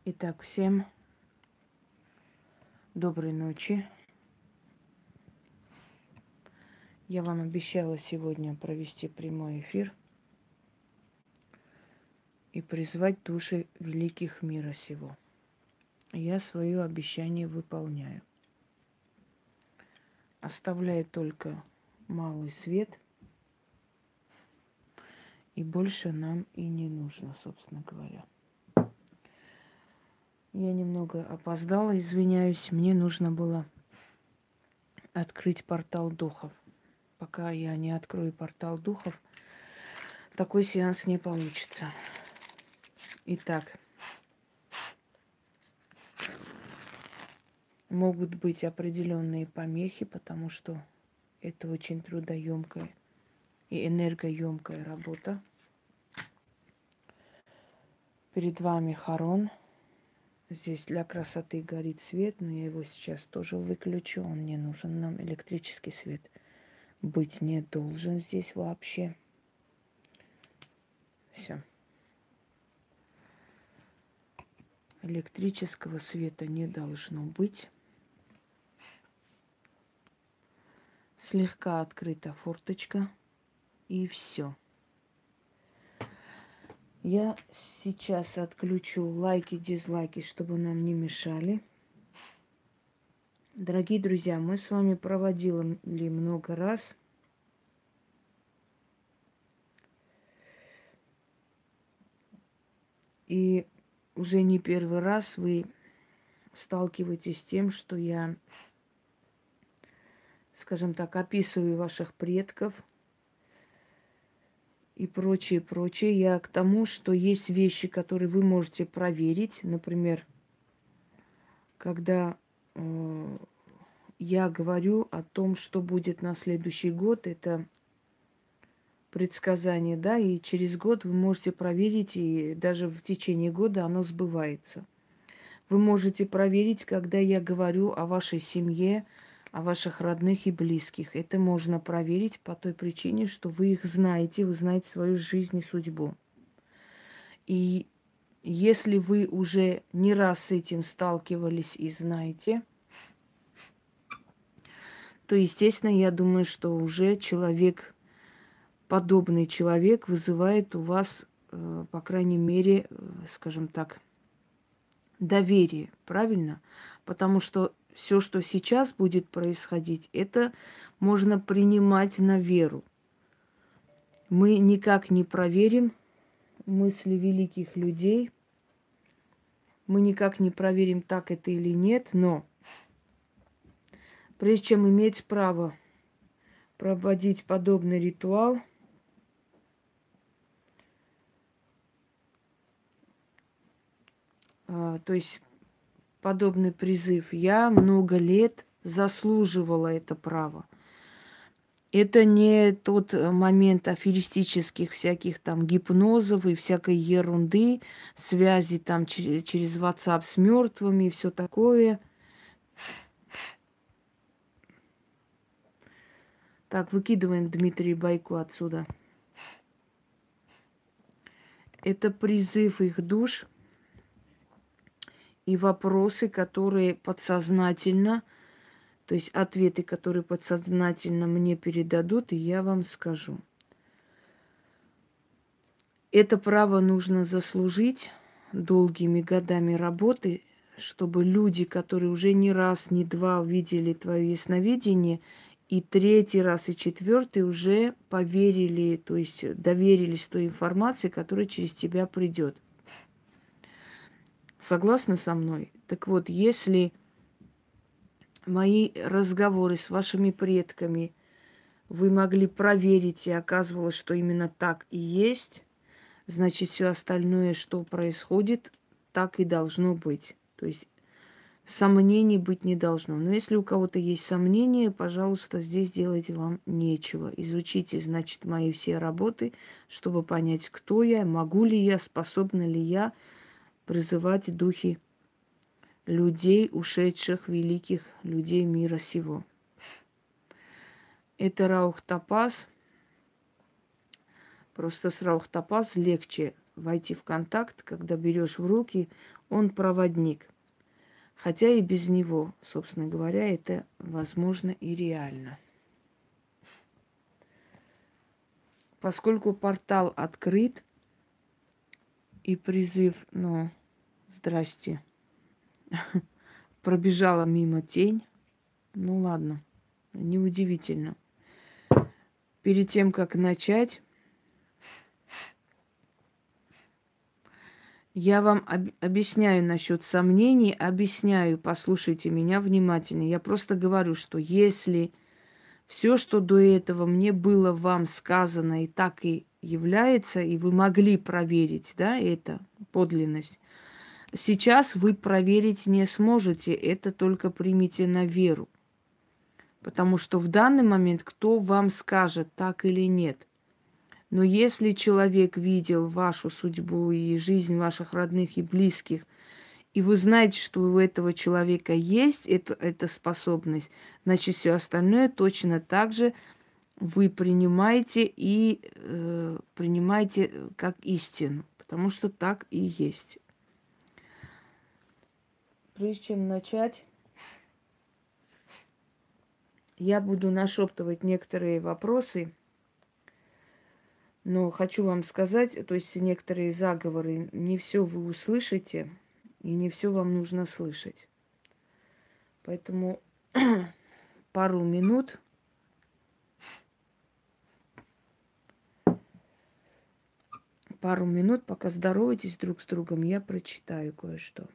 Итак, всем доброй ночи. Я вам обещала сегодня провести прямой эфир и призвать души великих мира сего. Я свое обещание выполняю. Оставляю только малый свет, и больше нам и не нужно, собственно говоря. Я немного опоздала, извиняюсь. Мне нужно было открыть портал духов. Пока я не открою портал духов, такой сеанс не получится. Итак, могут быть определенные помехи, потому что это очень трудоемкая и энергоемкая работа. Перед вами Харон. Здесь для красоты горит свет, но я его сейчас тоже выключу. Он не нужен нам. Электрический свет быть не должен здесь вообще. Все. Электрического света не должно быть. Слегка открыта форточка. И все. Я сейчас отключу лайки, дизлайки, чтобы нам не мешали. Дорогие друзья, мы с вами проводили много раз. И уже не первый раз вы сталкиваетесь с тем, что я, скажем так, описываю ваших предков и прочее, прочее. Я к тому, что есть вещи, которые вы можете проверить. Например, когда я говорю о том, что будет на следующий год, это предсказание, да, и через год вы можете проверить, и даже в течение года оно сбывается. Вы можете проверить, когда я говорю о вашей семье, о ваших родных и близких. Это можно проверить по той причине, что вы их знаете, вы знаете свою жизнь и судьбу. И если вы уже не раз с этим сталкивались и знаете, то, естественно, я думаю, что уже подобный человек вызывает у вас, по крайней мере, скажем так, доверие, правильно? Потому что все, что сейчас будет происходить, это можно принимать на веру. Мы никак не проверим мысли великих людей, мы никак не проверим, так это или нет, но прежде чем иметь право проводить подобный ритуал, то есть подобный призыв, я много лет заслуживала это право. Это не тот момент аферистических всяких там гипнозов и всякой ерунды, связи там через WhatsApp с мертвыми и все такое. Так, выкидываем Дмитрия Байку отсюда. Это призыв их душ и вопросы, которые подсознательно, то есть ответы, которые подсознательно мне передадут, и я вам скажу. Это право нужно заслужить долгими годами работы, чтобы люди, которые уже не раз, не два увидели твое ясновидение, и третий раз, и четвертый уже поверили, то есть доверились той информации, которая через тебя придет. Согласны со мной? Так вот, если мои разговоры с вашими предками вы могли проверить, и оказывалось, что именно так и есть, значит, все остальное, что происходит, так и должно быть. То есть сомнений быть не должно. Но если у кого-то есть сомнения, пожалуйста, здесь делать вам нечего. Изучите, значит, мои все работы, чтобы понять, кто я, могу ли я, способна ли я призывать духи людей, ушедших, великих людей мира сего. Это Раух Топаз. Просто с Раух Топаз легче войти в контакт, когда берешь в руки, он проводник. Хотя и без него, собственно говоря, это возможно и реально. Поскольку портал открыт и призыв, ну, здрасте, пробежала мимо тень, ну ладно, неудивительно. Перед тем, как начать, я вам объясняю насчет сомнений, объясняю, послушайте меня внимательно. Я просто говорю, что если все, что до этого мне было вам сказано, и так и является, и вы могли проверить, да, это подлинность, сейчас вы проверить не сможете, это только примите на веру. Потому что в данный момент кто вам скажет, так или нет. Но если человек видел вашу судьбу и жизнь ваших родных и близких, и вы знаете, что у этого человека есть эта способность, значит, все остальное точно так же вы принимаете и принимаете как истину, потому что так и есть. Прежде чем начать, я буду нашептывать некоторые вопросы, но хочу вам сказать, то есть некоторые заговоры, не все вы услышите, и не все вам нужно слышать. Поэтому пару минут пока здороваетесь друг с другом, я прочитаю кое-что.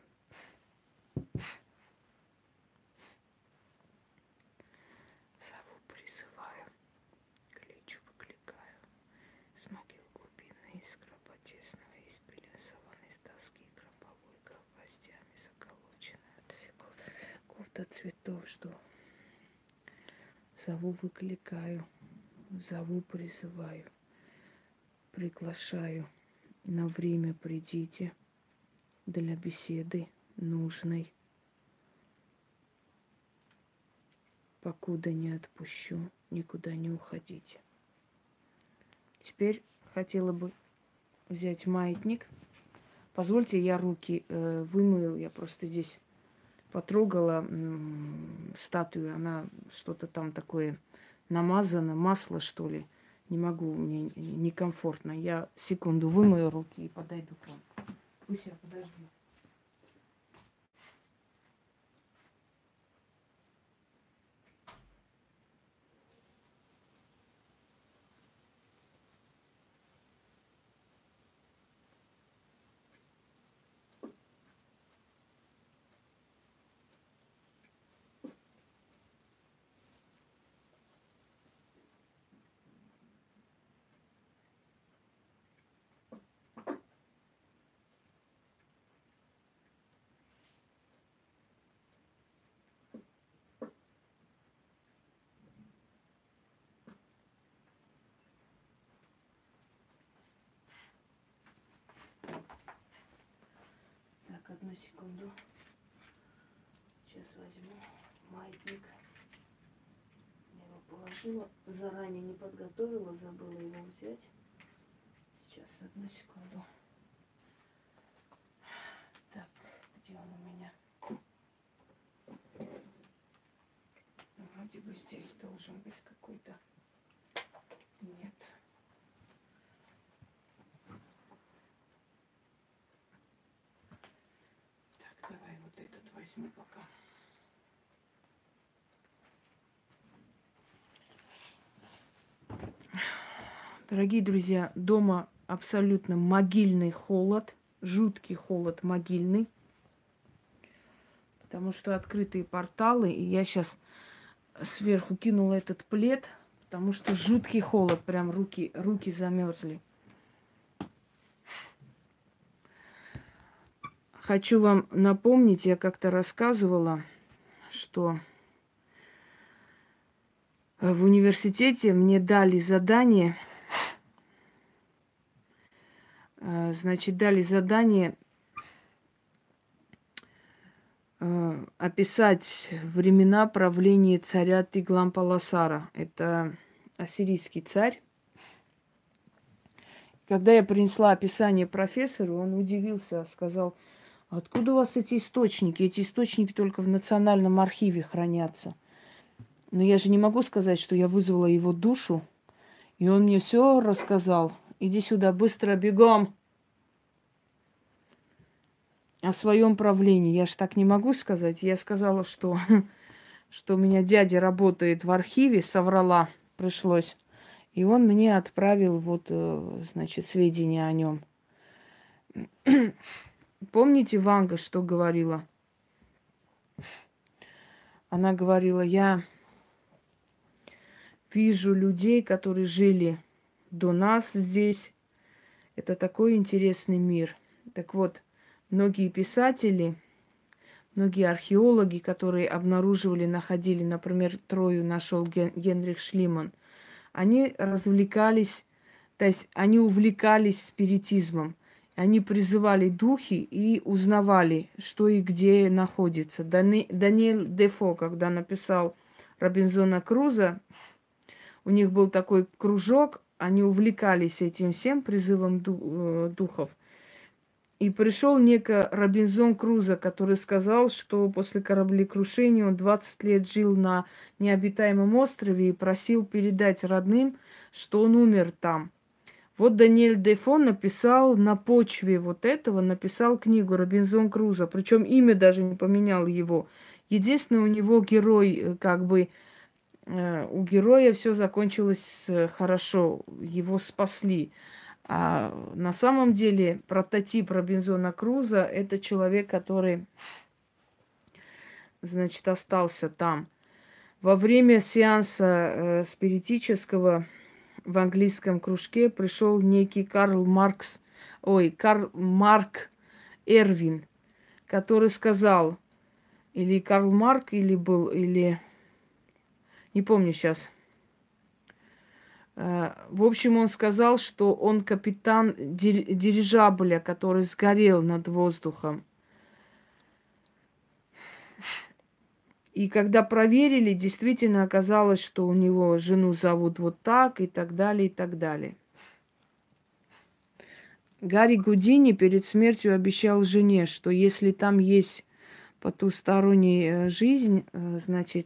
Сову призываю, кличу, выкликаю, с могил глубины, из гроба тесного, из пеленсованной из доски гробовой, гвоздями заколоченной от веков до цветов жду. Зову, выкликаю, зову, призываю, приглашаю. На время придите для беседы нужной. Покуда не отпущу, никуда не уходите. Теперь хотела бы взять маятник. Позвольте, я руки вымою. Я просто здесь потрогала статую. Она что-то там такое намазано, масло, что ли. Не могу, мне некомфортно. Я секунду вымою руки и подойду к вам. Пусть я подожду. Так, одну секунду. Сейчас возьму маятник. Я его положила. Заранее не подготовила, забыла его взять. Сейчас, одну секунду. Так, где он у меня? Вроде бы здесь должен быть какой-то. Нет. Так, давай вот этот возьму пока. Дорогие друзья, дома абсолютно могильный холод, жуткий холод могильный, потому что открытые порталы, и я сейчас сверху кинула этот плед, потому что жуткий холод, прям руки замерзли. Хочу вам напомнить, я как-то рассказывала, что в университете мне дали задание, описать времена правления царя Тиглампа-Ласара. Это ассирийский царь, когда я принесла описание профессору, он удивился, сказал: откуда у вас эти источники? Эти источники только в Национальном архиве хранятся. Но я же не могу сказать, что я вызвала его душу, и он мне все рассказал. Иди сюда, быстро, бегом! О своем правлении. Я же так не могу сказать. Я сказала, что, что у меня дядя работает в архиве, соврала, пришлось. И он мне отправил вот, значит, сведения о нем. Помните, Ванга что говорила? Она говорила: я вижу людей, которые жили до нас здесь. Это такой интересный мир. Так вот, многие писатели, многие археологи, которые обнаруживали, находили, например, Трою нашел Генрих Шлиман, они развлекались, то есть они увлекались спиритизмом. Они призывали духи и узнавали, что и где находится. Даниэль Дефо, когда написал Робинзона Круза, у них был такой кружок, они увлекались этим всем призывом духов. И пришел некий Робинзон Крузо, который сказал, что после кораблекрушения он 20 лет жил на необитаемом острове и просил передать родным, что он умер там. Вот Даниэль Дефо написал на почве вот этого, написал книгу «Робинзон Крузо». Причем имя даже не поменял его. Единственное, у него герой, как бы, у героя все закончилось хорошо, его спасли. А на самом деле прототип Робинзона Круза – это человек, который, значит, остался там. Во время сеанса спиритического в английском кружке пришел некий Карл Марк Эрвин, который сказал, или Карл Марк, или был, или не помню сейчас. В общем, он сказал, что он капитан дирижабля, который сгорел над воздухом. И когда проверили, действительно оказалось, что у него жену зовут вот так, и так далее, и так далее. Гарри Гудини перед смертью обещал жене, что если там есть потусторонняя жизнь, значит,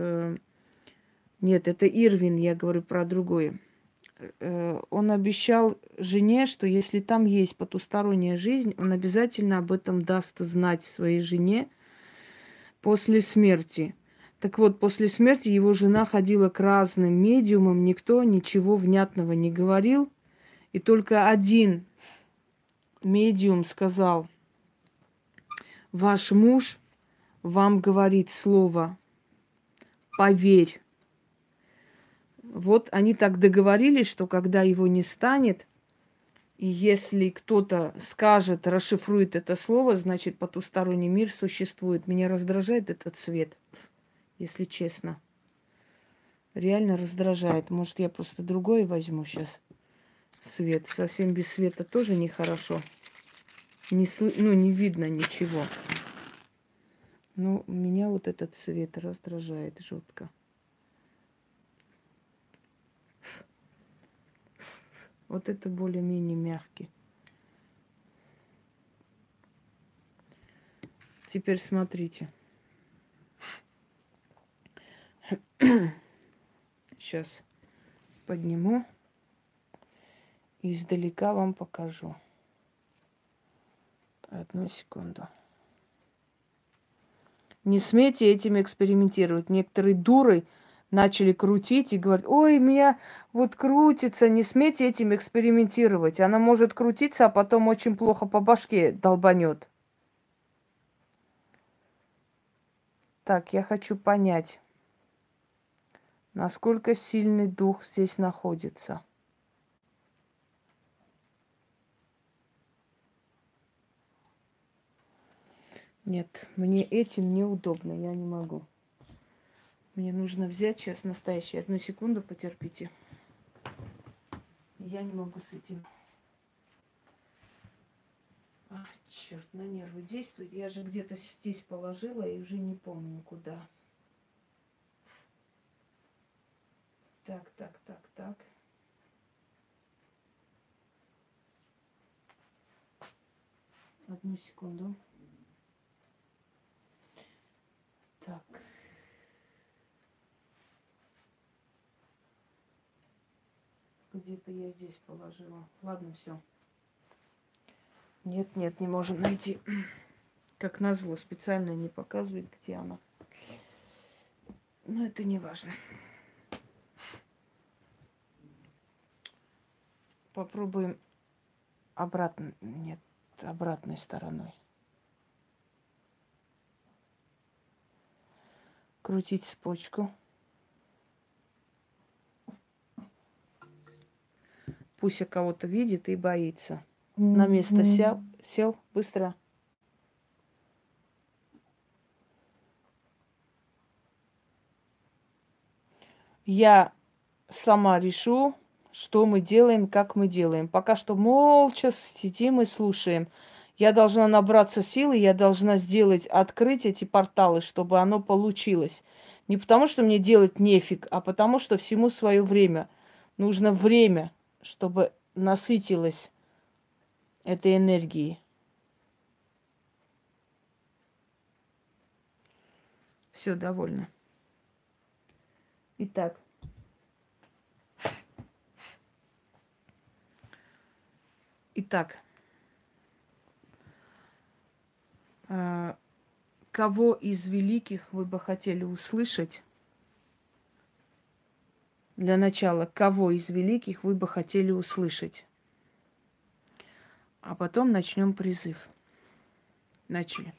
нет, это Ирвин, я говорю про другое. Он обещал жене, что если там есть потусторонняя жизнь, он обязательно об этом даст знать своей жене после смерти. Так вот, после смерти его жена ходила к разным медиумам, никто ничего внятного не говорил. И только один медиум сказал: ваш муж вам говорит слово «поверь». Вот они так договорились, что когда его не станет, и если кто-то скажет, расшифрует это слово, значит, потусторонний мир существует. Меня раздражает этот цвет, если честно. Реально раздражает. Может, я просто другой возьму сейчас свет. Совсем без света тоже нехорошо. Не видно ничего. Но меня вот этот цвет раздражает жутко. Вот это более-менее мягкий. Теперь смотрите. Сейчас подниму и издалека вам покажу. Одну секунду. Не смейте этим экспериментировать. Некоторые дуры начали крутить и говорят: ой, меня вот крутится, не смейте этим экспериментировать. Она может крутиться, а потом очень плохо по башке долбанет. Так, я хочу понять, насколько сильный дух здесь находится. Нет, мне этим неудобно, я не могу. Мне нужно взять сейчас настоящий. Одну секунду, потерпите. Я не могу с этим. Ах, черт, на нервы действует. Я же где-то здесь положила и уже не помню куда. Так. Одну секунду. Так. Где-то я здесь положила. Ладно, все. Нет, нет, не можем найти. Как назло, специально не показывает, где она. Но это не важно. Попробуем обратно. Нет, обратной стороной. Крутить цепочку. Пусть кого-то видит и боится. На место сел быстро. Я сама решу, что мы делаем, как мы делаем. Пока что молча сидим и слушаем. Я должна набраться силы, я должна открыть эти порталы, чтобы оно получилось. Не потому, что мне делать нефиг, а потому, что всему свое время. Нужно время, чтобы насытилась этой энергией. Все, довольно. Итак. Кого из великих вы бы хотели услышать? Для начала, кого из великих вы бы хотели услышать? А потом начнем призыв. Начали.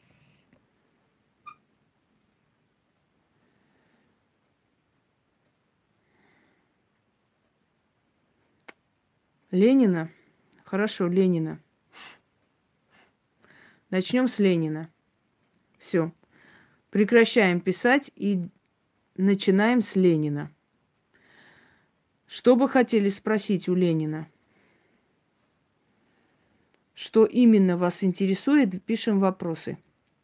Ленина? Хорошо, Ленина. Начнем с Ленина. Все. Прекращаем писать и начинаем с Ленина. Что бы хотели спросить у Ленина? Что именно вас интересует, пишем вопросы.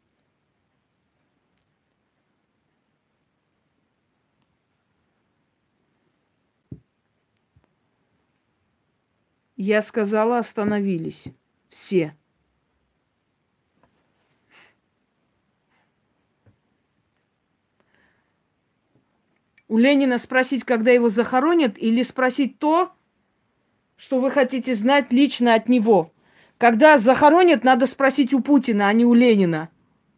Я сказала, остановились. Все. У Ленина спросить, когда его захоронят, или спросить то, что вы хотите знать лично от него? Когда захоронят, надо спросить у Путина, а не у Ленина.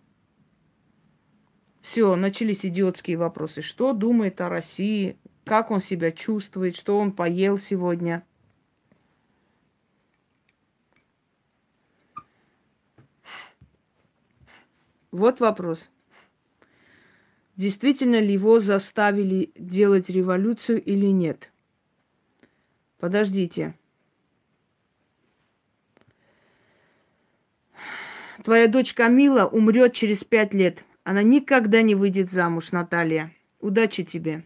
Все, начались идиотские вопросы. Что думает о России? Как он себя чувствует? Что он поел сегодня? Вот вопрос. Действительно ли его заставили делать революцию или нет? Подождите. Твоя дочь Камила умрет через 5 лет. Она никогда не выйдет замуж, Наталья. Удачи тебе.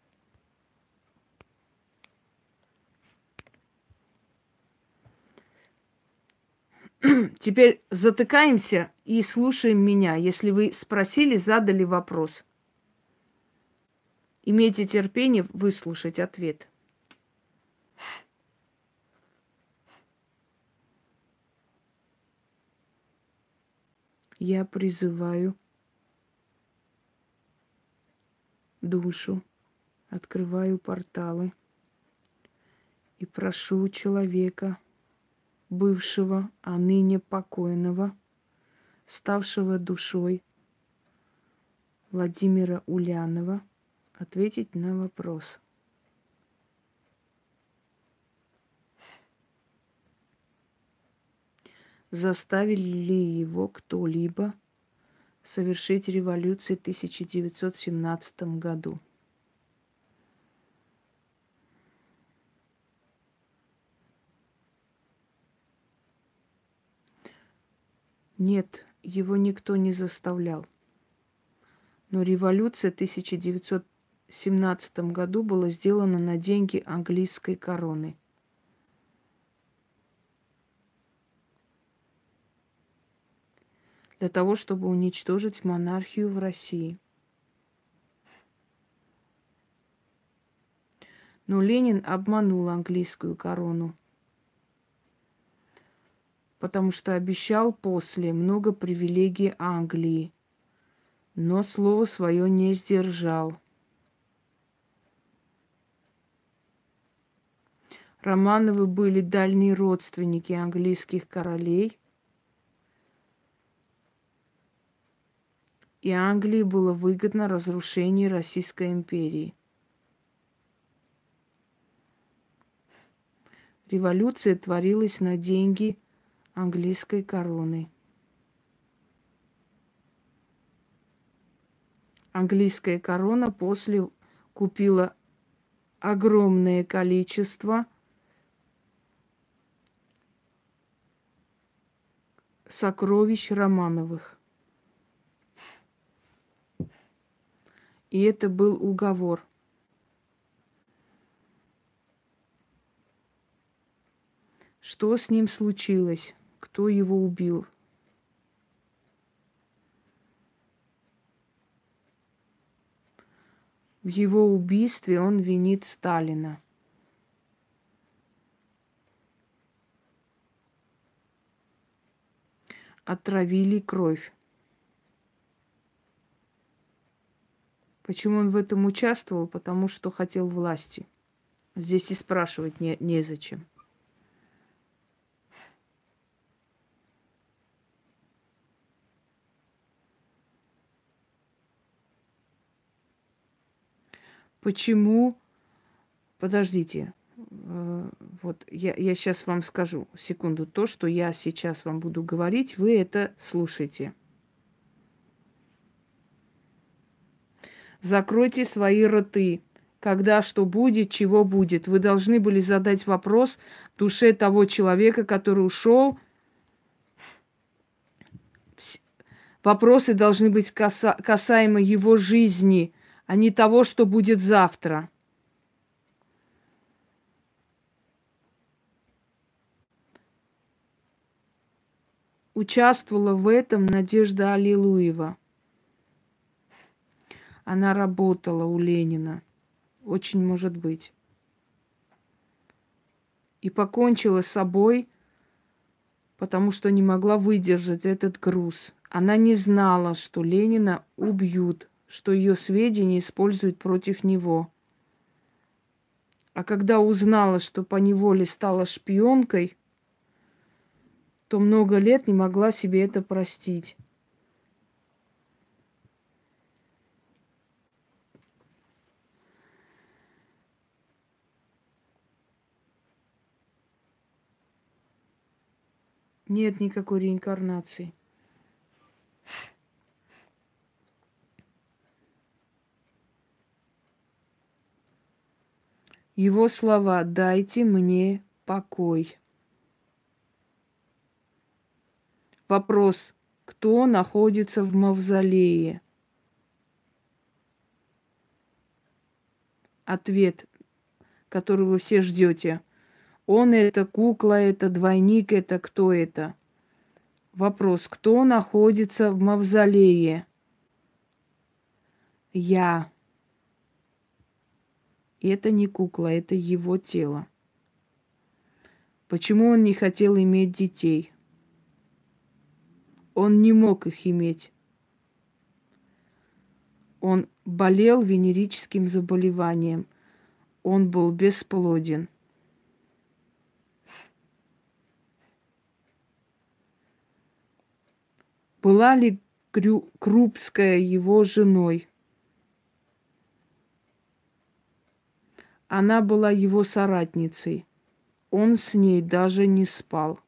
Теперь затыкаемся и слушаем меня. Если вы спросили, задали вопрос. Имейте терпение выслушать ответ. Я призываю душу, открываю порталы и прошу человека, бывшего, а ныне покойного, ставшего душой Владимира Ульянова, ответить на вопрос. Заставили ли его кто-либо совершить революцию в 1917 году? Нет, его никто не заставлял. Но революция в 1917 году была сделана на деньги английской короны. Для того, чтобы уничтожить монархию в России. Но Ленин обманул английскую корону. потому что обещал после много привилегий Англии, но слово свое не сдержал. Романовы были дальние родственники английских королей, и Англии было выгодно разрушение Российской империи. Революция творилась на деньги английской короны. Английская корона после купила огромное количество сокровищ Романовых. И это был уговор. Что с ним случилось? Кто его убил? В его убийстве он винит Сталина. Отравили кровь. Почему он в этом участвовал? Потому что хотел власти. Здесь и спрашивать незачем. Почему? Подождите. Вот я сейчас вам скажу. Секунду. То, что я сейчас вам буду говорить, вы это слушайте. Закройте свои рты. Когда что будет, чего будет. Вы должны были задать вопрос душе того человека, который ушел. Вопросы должны быть касаемы его жизни, а не того, что будет завтра. Участвовала в этом Надежда Аллилуева. Она работала у Ленина. Очень может быть. И покончила с собой, потому что не могла выдержать этот груз. Она не знала, что Ленина убьют, что ее сведения используют против него. А когда узнала, что поневоле стала шпионкой, то много лет не могла себе это простить. Нет никакой реинкарнации. Его слова «дайте мне покой». Вопрос, кто находится в мавзолее? Ответ, который вы все ждете. Он это, кукла это, двойник это, кто это? Вопрос, кто находится в мавзолее? Я. И это не кукла, это его тело. Почему он не хотел иметь детей? Он не мог их иметь. Он болел венерическим заболеванием. Он был бесплоден. Была ли Крупская его женой? Она была его соратницей. Он с ней даже не спал.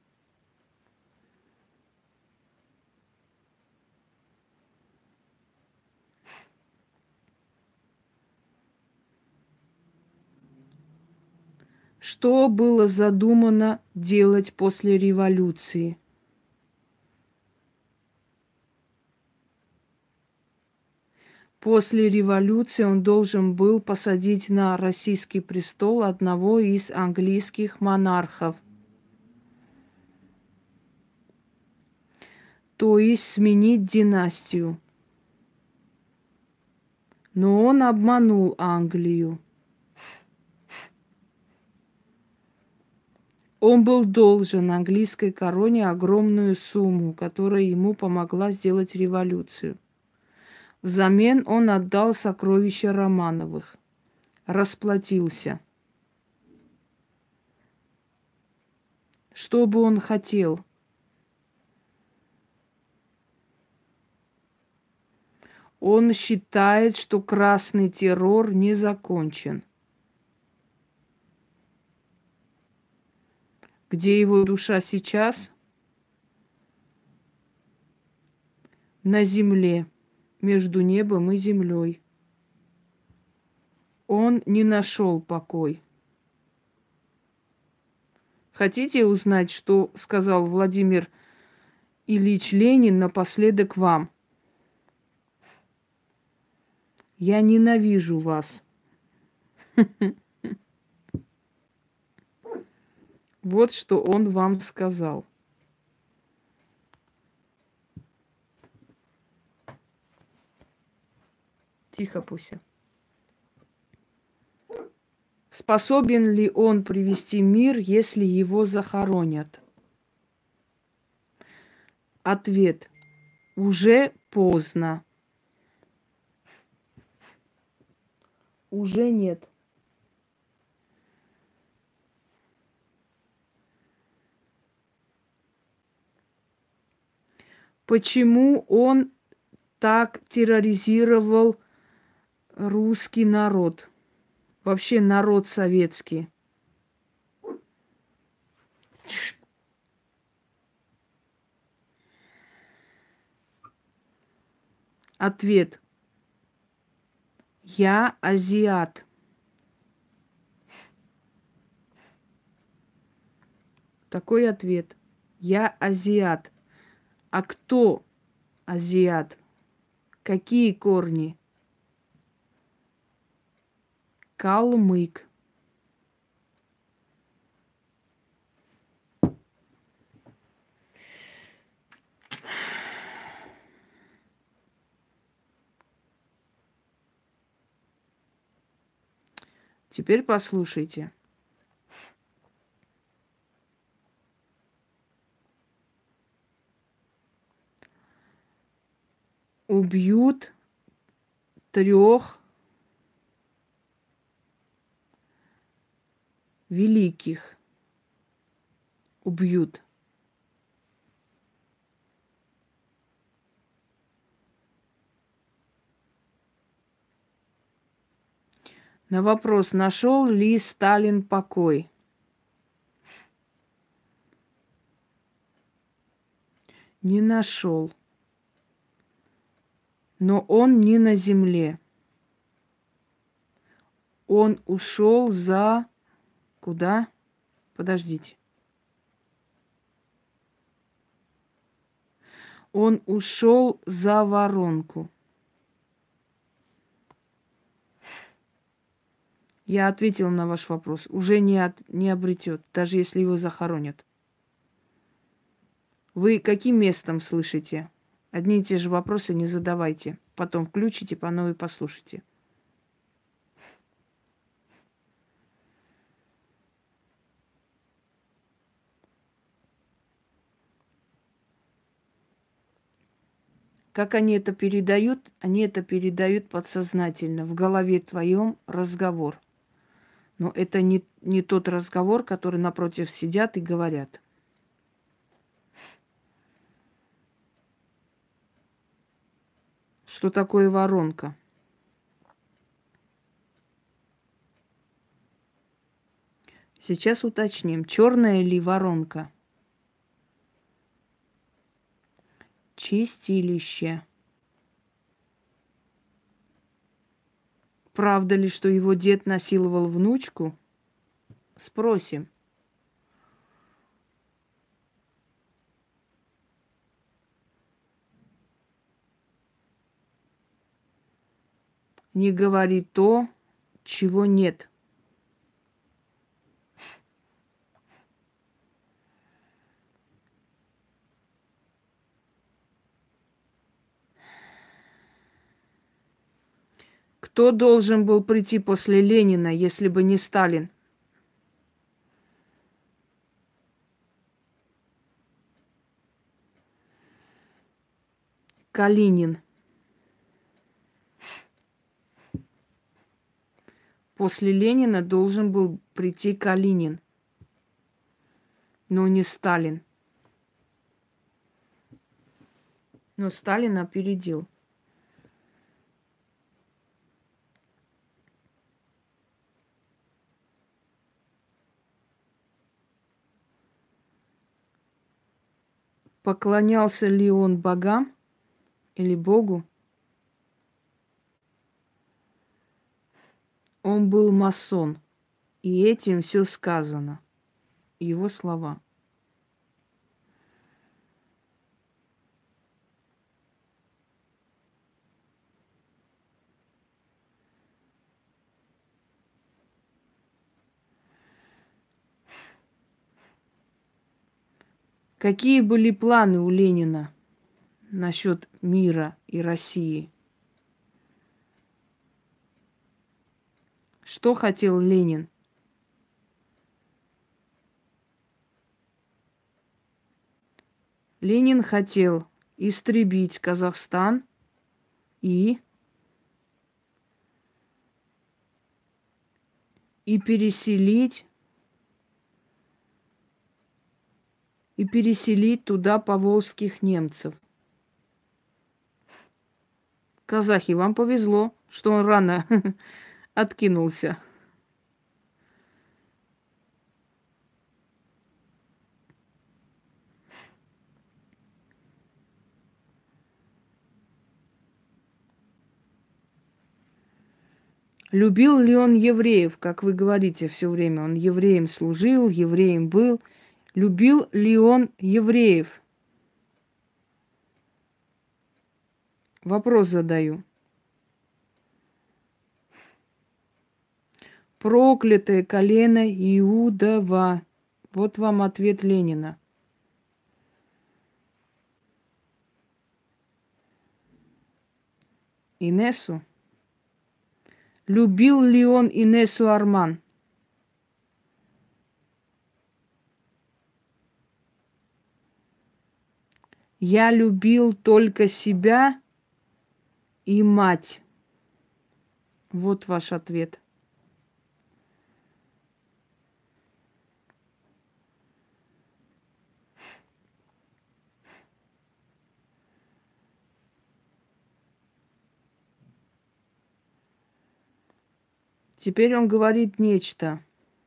Что было задумано делать после революции? После революции он должен был посадить на российский престол одного из английских монархов. То есть сменить династию. Но он обманул Англию. Он был должен английской короне огромную сумму, которая ему помогла сделать революцию. Взамен он отдал сокровища Романовых, расплатился. Что бы он хотел? Он считает, что красный террор не закончен. Где его душа сейчас? На земле, между небом и землей. Он не нашел покой. Хотите узнать, что сказал Владимир Ильич Ленин напоследок вам? Я ненавижу вас. Вот что он вам сказал. Тихо, Пуся. Способен ли он привести мир, если его захоронят? Ответ. Уже поздно. Уже нет. Почему он так терроризировал русский народ? Вообще народ советский. Ответ. Я азиат. Такой ответ. Я азиат. А кто азиат? Какие корни? Калмык. Теперь послушайте. Убьют 3 великих. Убьют. На вопрос, нашел ли Сталин покой? Не нашел. Но он не на земле. Он ушел за... Куда? Подождите. Он ушел за воронку. Я ответила на ваш вопрос. Уже не обретет, даже если его захоронят. Вы каким местом слышите? Одни и те же вопросы не задавайте. Потом включите, по новой послушайте. Как они это передают? Они это передают подсознательно. В голове твоем разговор. Но это не тот разговор, который напротив сидят и говорят. Что такое воронка? Сейчас уточним. Черная ли воронка? Чистилище. Правда ли, что его дед насиловал внучку? Спросим. Не говори то, чего нет. Кто должен был прийти после Ленина, если бы не Сталин? Калинин. После Ленина должен был прийти Калинин, но не Сталин. Но Сталин опередил. Поклонялся ли он богам или Богу? Он был масон, и этим все сказано. Его слова. Какие были планы у Ленина насчет мира и России? Что хотел Ленин? Ленин хотел истребить Казахстан и переселить туда поволжских немцев. Казахи, вам повезло, что он рано откинулся. Любил ли он евреев, как вы говорите все время? Он евреем служил, евреем был. Любил ли он евреев? Вопрос задаю. Проклятое колено Иудова. Вот вам ответ Ленина. Инессу? Любил ли он Инессу Арман? Я любил только себя и мать. Вот ваш ответ. Теперь он говорит нечто.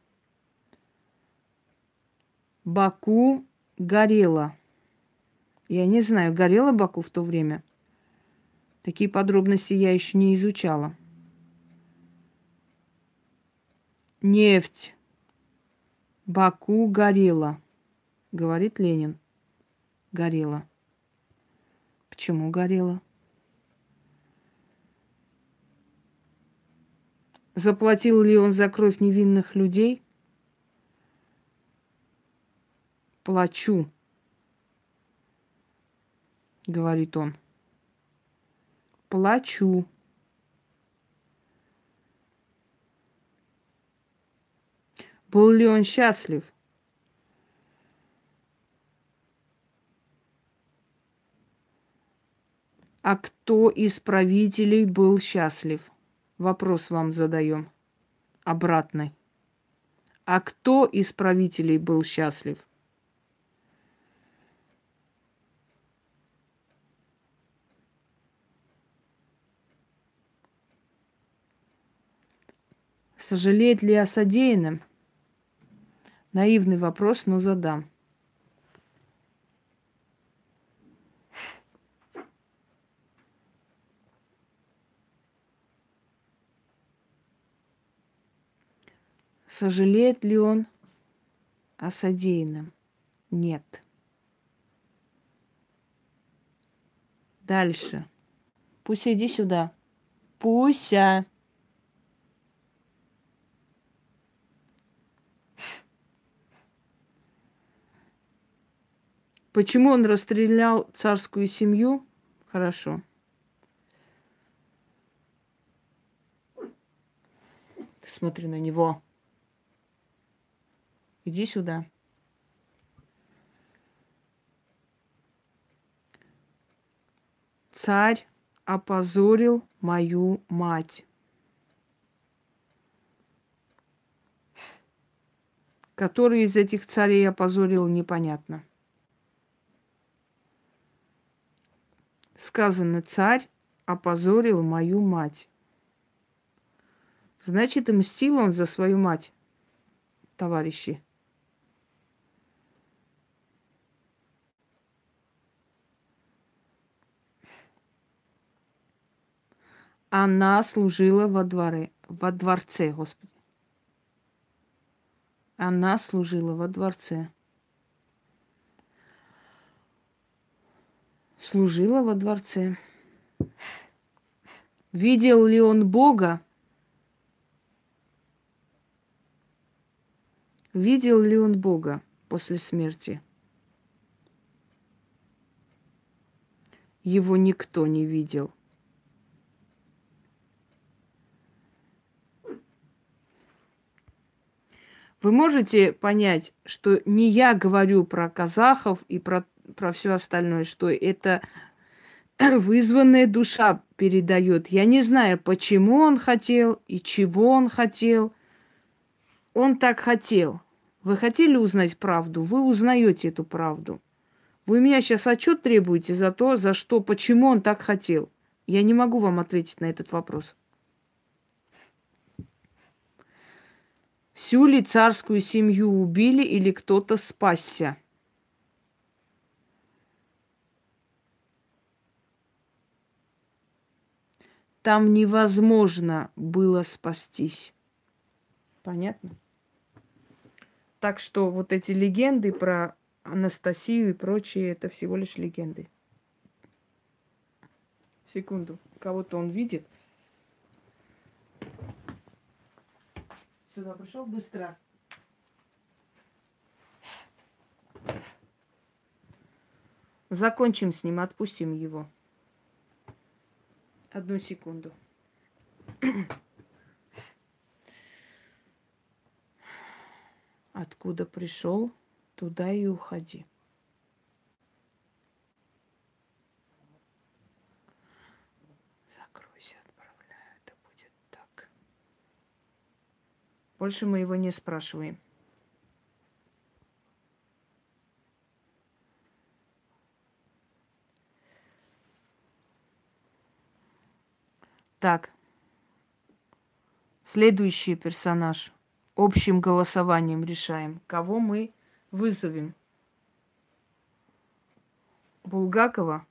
Баку горело. Я не знаю, горело Баку в то время? Такие подробности я еще не изучала. Нефть. Баку горела, говорит Ленин. Горела. Почему горела? Заплатил ли он за кровь невинных людей? Плачу, говорит он. Плачу. Был ли он счастлив? А кто из правителей был счастлив? Вопрос вам задаем. Обратный. А кто из правителей был счастлив? Сожалеет ли о содеянном? Наивный вопрос, но задам. Сожалеет ли он о содеянном? Нет. Дальше. Пуся, иди сюда. Пуся. Почему он расстрелял царскую семью? Хорошо. Ты смотри на него. Иди сюда. царь опозорил мою мать. Который из этих царей опозорил, непонятно. Сказано, царь опозорил мою мать. Значит, и мстил он за свою мать, товарищи. Она служила во дворце, Господи. Она служила во дворце. Служила во дворце. Видел ли он Бога? Видел ли он Бога после смерти? Его никто не видел. Вы можете понять, что не я говорю про казахов и про все остальное, что это вызванная душа передает. Я не знаю, почему он хотел и чего он хотел. Он так хотел. Вы хотели узнать правду? Вы узнаете эту правду. Вы меня сейчас отчет требуете за то, за что, почему он так хотел. Я не могу вам ответить на этот вопрос. Всю ли царскую семью убили или кто-то спасся? Там невозможно было спастись. Понятно? Так что вот эти легенды про Анастасию и прочее, это всего лишь легенды. Секунду. Кого-то он видит. Сюда пришел быстро. Закончим с ним, отпустим его. Одну секунду. Откуда пришел, туда и уходи. Закройся, отправляю. Это будет так. Больше мы его не спрашиваем. Так. Следующий персонаж. Общим голосованием решаем, кого мы вызовем. Булгакова.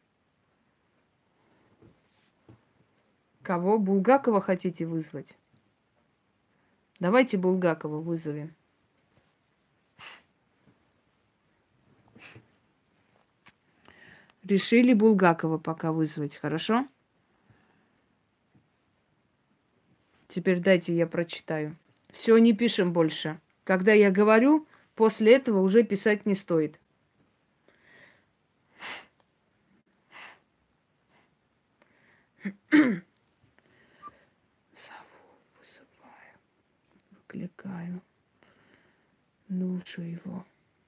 Кого? Булгакова хотите вызвать? Давайте Булгакова вызовем. Решили Булгакова пока вызвать, хорошо? Теперь дайте я прочитаю. Все, не пишем больше. Когда я говорю, после этого уже писать не стоит. Зову, вызываю, выкликаю душу его.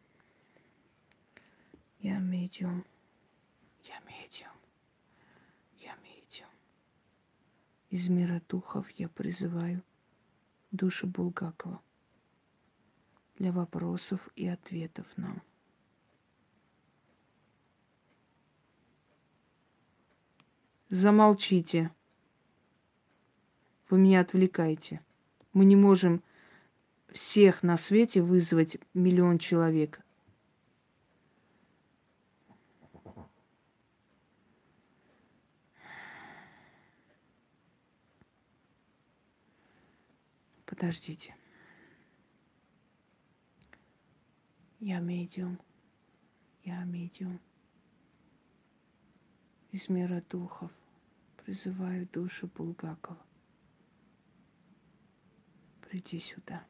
Я медиум. Я медиум. Я медиум. Из мира духов я призываю душу Булгакова для вопросов и ответов нам. Замолчите. Вы меня отвлекаете. Мы не можем всех на свете вызвать 1 миллион человек. Подождите. Я медиум. Я медиум. Из мира духов призываю душу Булгакова. Приди сюда.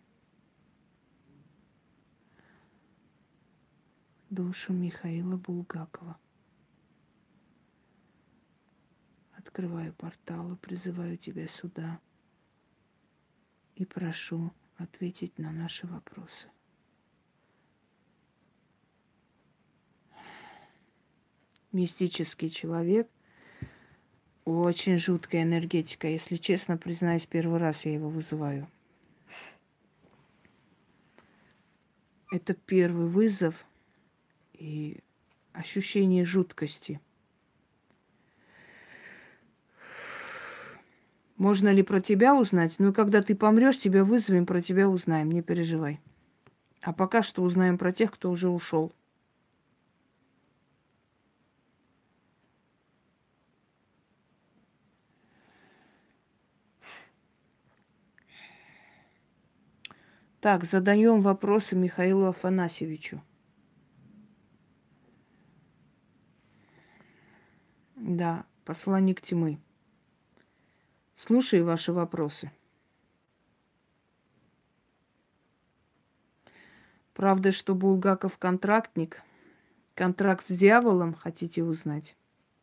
Душу Михаила Булгакова. Открываю портал и призываю тебя сюда. И прошу ответить на наши вопросы. Мистический человек Очень жуткая энергетика. Если честно, признаюсь, первый раз я его вызываю. Это первый вызов и ощущение жуткости. Можно ли про тебя узнать? Ну, когда ты помрешь, тебя вызовем, про тебя узнаем, не переживай. А пока что узнаем про тех, кто уже ушел. Так, задаем вопросы Михаилу Афанасьевичу. Да, посланник тьмы. Слушаю ваши вопросы. Правда, что Булгаков контрактник? Контракт с дьяволом, хотите узнать?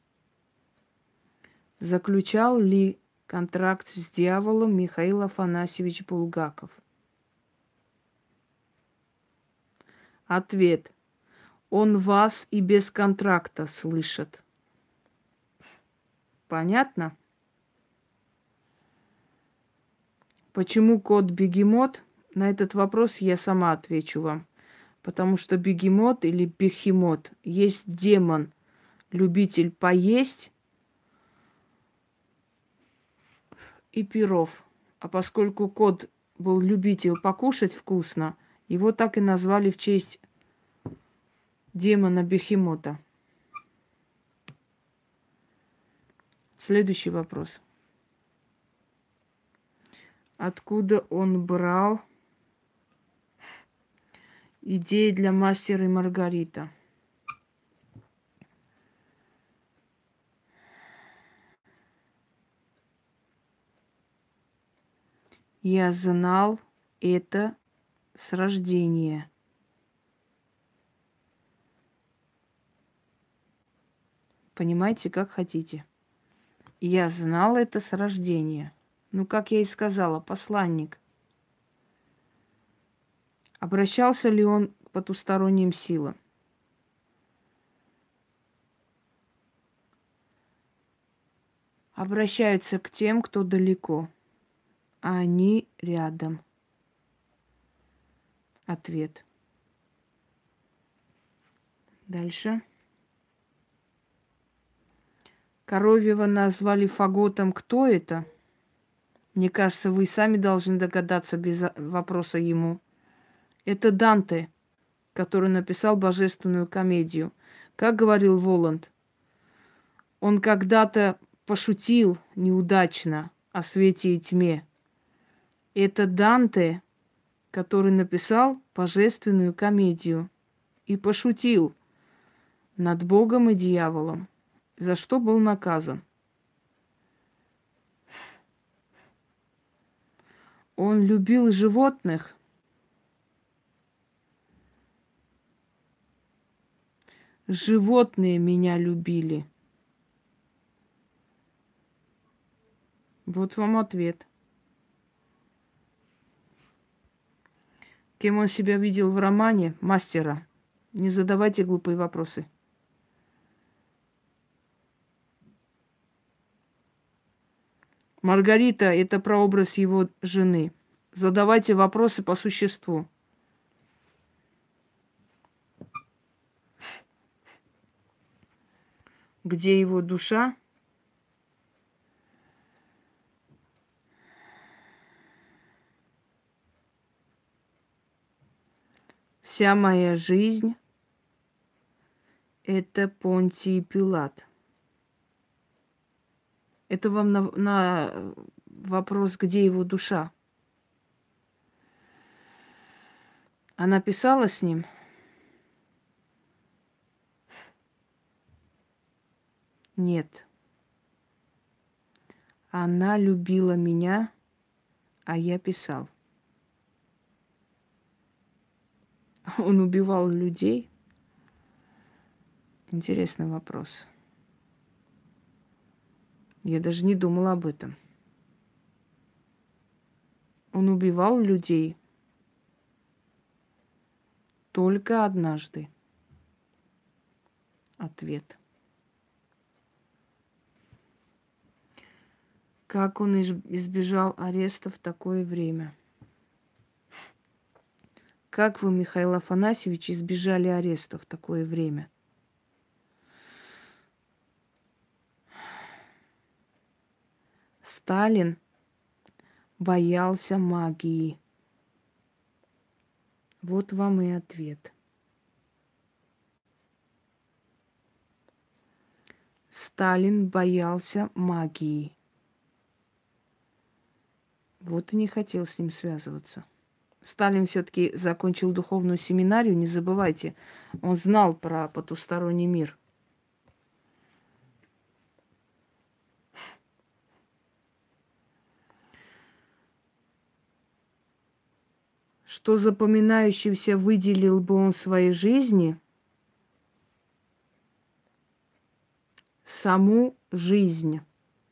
Заключал ли контракт с дьяволом Михаил Афанасьевич Булгаков? Ответ. Он вас и без контракта слышит. Понятно? Почему кот бегемот? На этот вопрос я сама отвечу вам. Потому что бегемот или бехемот есть демон, любитель поесть и пиров. А поскольку кот был любитель покушать вкусно, его так и назвали в честь демона бехемота. Следующий вопрос. Откуда он брал идеи для «Мастера и Маргарита»? Я знал это с рождения. Понимаете, как хотите. Я знал это с рождения. Ну, как я и сказала, посланник. Обращался ли он к потусторонним силам? Обращаются к тем, кто далеко, а они рядом. Ответ. Дальше. Коровьева назвали фаготом. Кто это? Мне кажется, вы сами должны догадаться без вопроса ему. Это Данте, который написал божественную комедию. Как говорил Воланд, он когда-то пошутил неудачно о свете и тьме. Это Данте, который написал божественную комедию и пошутил над Богом и дьяволом, за что был наказан. Он любил животных. Животные меня любили. Вот вам ответ. Кем он себя видел в романе? Мастера. Не задавайте глупые вопросы. Маргарита – это прообраз его жены. Задавайте вопросы по существу. Где его душа? Вся моя жизнь – это Понтий Пилат. Это вам на вопрос, где его душа. Она писала с ним? Нет. Она любила меня, а я писал. Он убивал людей? Интересный вопрос. Я даже не думала об этом. Он убивал людей только однажды. Ответ. Как он избежал ареста в такое время? Как вы, Михаил Афанасьевич, избежали ареста в такое время? Сталин боялся магии. Вот вам и ответ. Сталин боялся магии. Вот и не хотел с ним связываться. Сталин все-таки закончил духовную семинарию, не забывайте. Он знал про потусторонний мир. Что запоминающегося выделил бы он в своей жизни? Саму жизнь.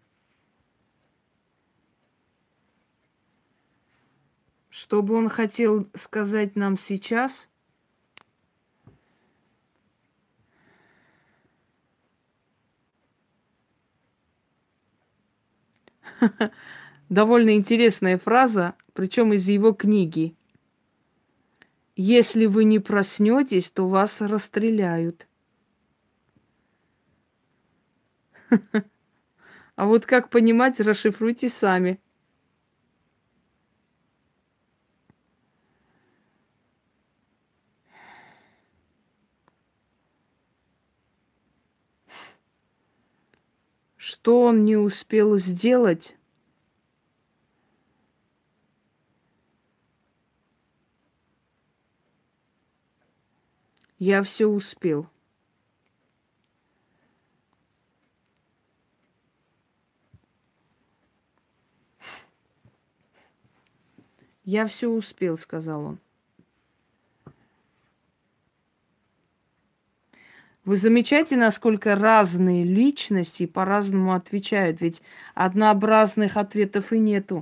Что бы он хотел сказать нам сейчас? Довольно интересная фраза, причем из его книги. Если вы не проснетесь, то вас расстреляют. А вот как понимать, расшифруйте сами. Что он не успел сделать? Я все успел. Я все успел, сказал он. Вы замечаете, насколько разные личности по-разному отвечают? Ведь однообразных ответов и нету.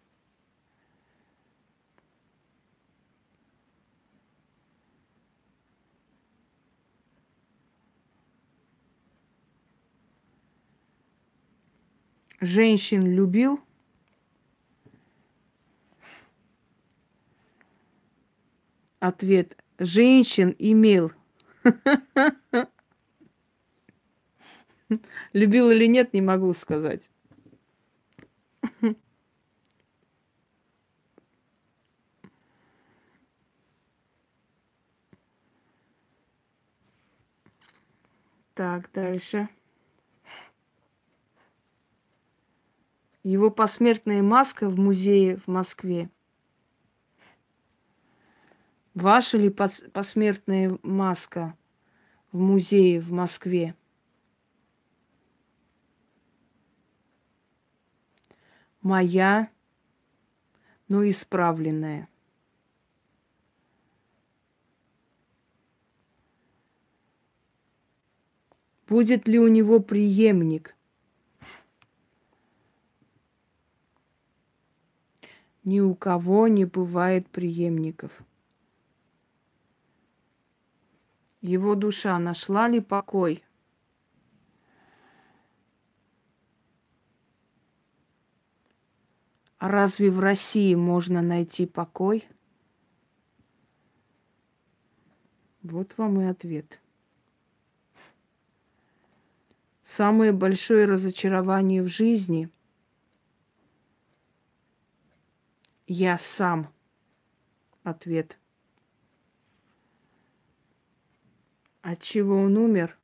Женщин любил? Ответ. Женщин имел. Любил или нет, не могу сказать. Так, дальше. Его посмертная маска в музее в Москве. Ваша ли посмертная маска в музее в Москве? Моя, но исправленная. Будет ли у него преемник? Ни у кого не бывает преемников. Его душа нашла ли покой? А разве в России можно найти покой? Вот вам и ответ. Самое большое разочарование в жизни – я сам. Ответ. От чего он умер?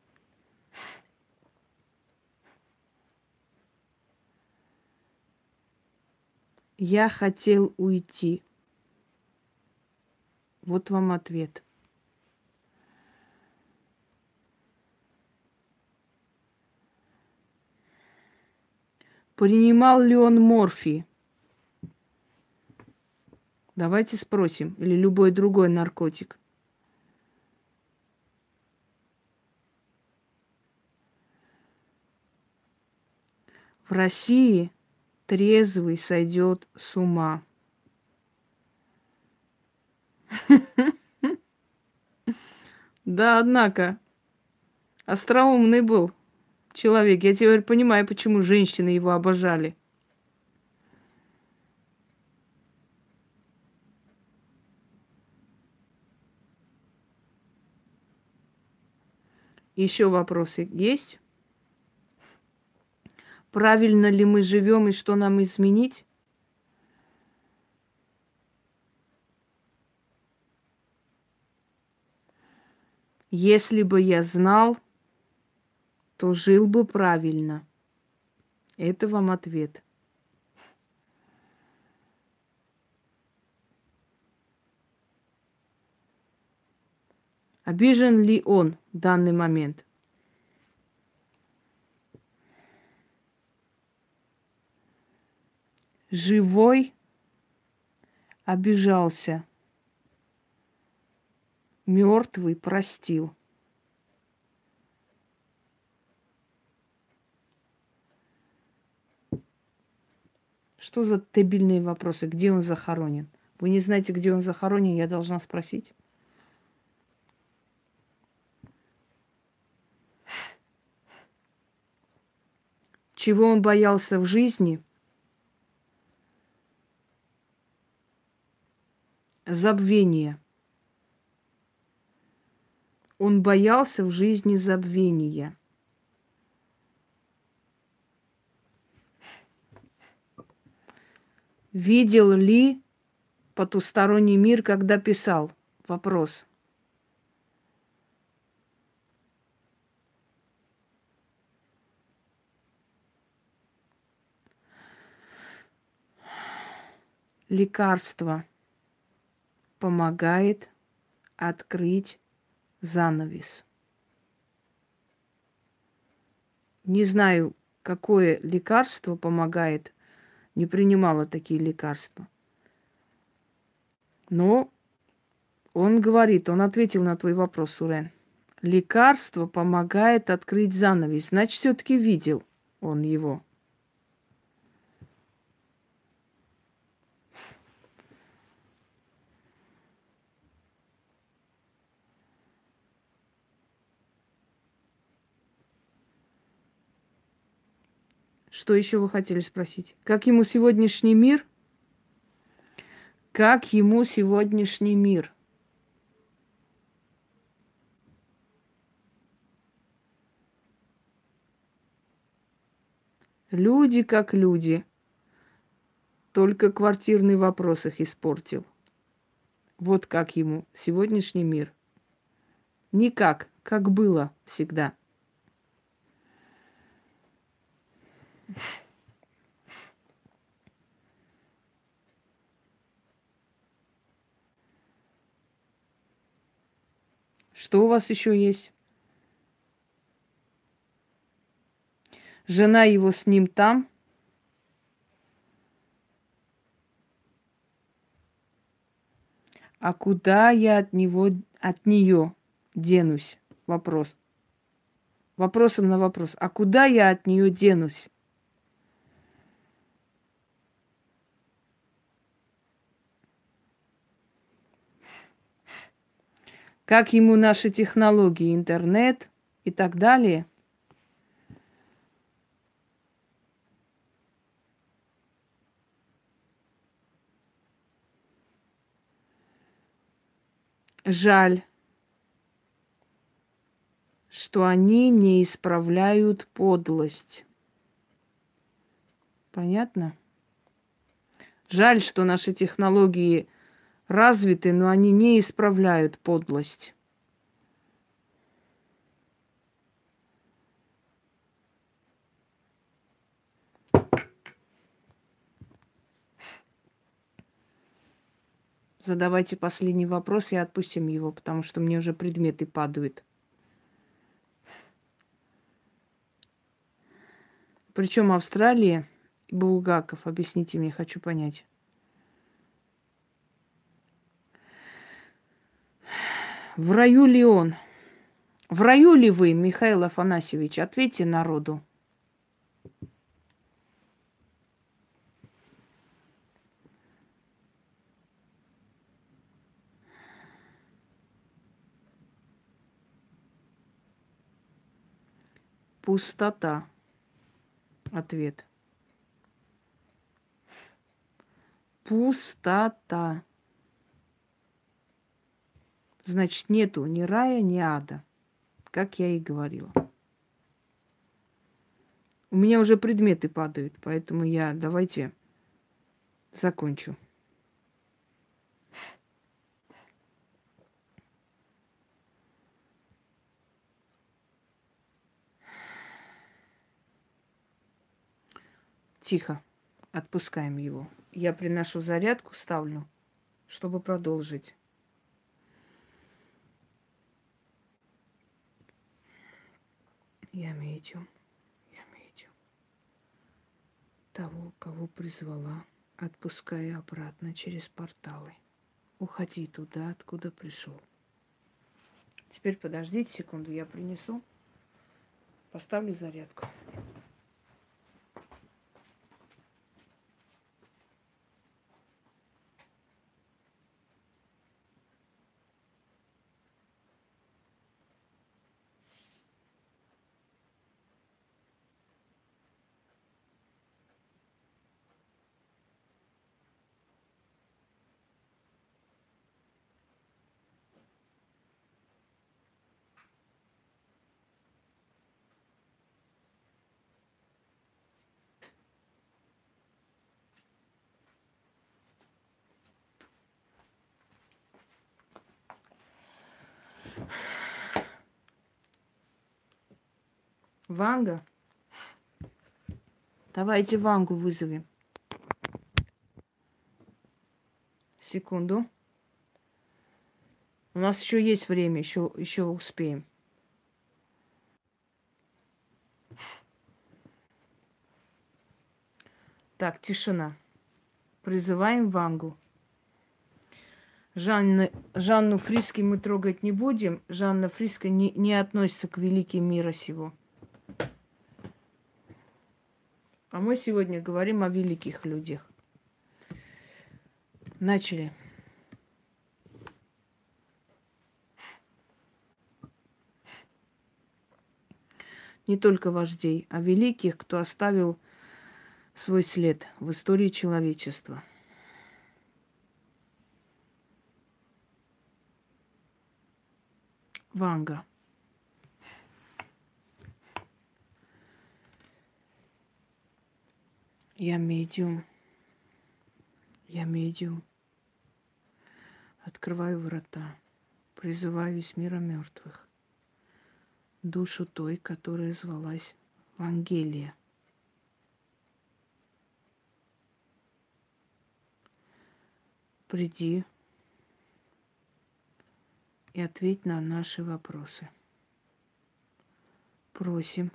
Я хотел уйти. Вот вам ответ. Принимал ли он морфий? Давайте спросим. Или любой другой наркотик. В России трезвый сойдет с ума. Да, однако, остроумный был человек. Я теперь понимаю, почему женщины его обожали. Еще вопросы есть? Правильно ли мы живем и что нам изменить? Если бы я знал, то жил бы правильно. Это вам ответ. Обижен ли он в данный момент? Живой обижался. Мертвый простил. Что за дебильные вопросы? Где он захоронен? Вы не знаете, где он захоронен, я должна спросить. Чего он боялся в жизни? Забвения. Он боялся в жизни забвения. Видел ли потусторонний мир, когда писал? Вопрос. Лекарство помогает открыть занавес. Не знаю, какое лекарство помогает, не принимала такие лекарства. Но он говорит, он ответил на твой вопрос, Сурен. Лекарство помогает открыть занавес. Значит, все-таки видел он его. Что еще вы хотели спросить? Как ему сегодняшний мир? Как ему сегодняшний мир? Люди как люди. Только квартирный вопрос их испортил. Вот как ему сегодняшний мир. Никак, как было всегда. Что у вас еще есть? Жена его с ним там. А куда я от нее денусь? Вопрос. Вопросом на вопрос. А куда я от нее денусь? Как ему наши технологии, интернет и так далее? Жаль, что они не исправляют подлость. Понятно? Жаль, что наши технологии развиты, но они не исправляют подлость. Задавайте последний вопрос и отпустим его, потому что мне уже предметы падают. Причем Австралия и Булгаков. Объясните мне, хочу понять. В раю ли он? В раю ли вы, Михаил Афанасьевич? Ответьте народу. Пустота. Ответ. Пустота. Значит, нету ни рая, ни ада. как я и говорила. У меня уже предметы падают, поэтому я давайте закончу. Тихо. Отпускаем его. Я приношу зарядку, ставлю, чтобы продолжить. Я медиум. Я медиум. Того, кого призвала, отпускаю обратно через порталы. Уходи туда, откуда пришел. Теперь подождите секунду, я принесу. Поставлю зарядку. Ванга? Давайте Вангу вызовем. Секунду. У нас еще есть время, еще успеем. Так, тишина. Призываем Вангу. Жанну Фриски мы трогать не будем. Жанна Фриска не относится к великим мира сего. А мы сегодня говорим о великих людях. Начали. Не только вождей, а великих, кто оставил свой след в истории человечества. Ванга. Я медиум. Я медиум. Открываю врата. Призываю из мира мертвых душу той, которая звалась Вангелия. Приди и ответь на наши вопросы. Просим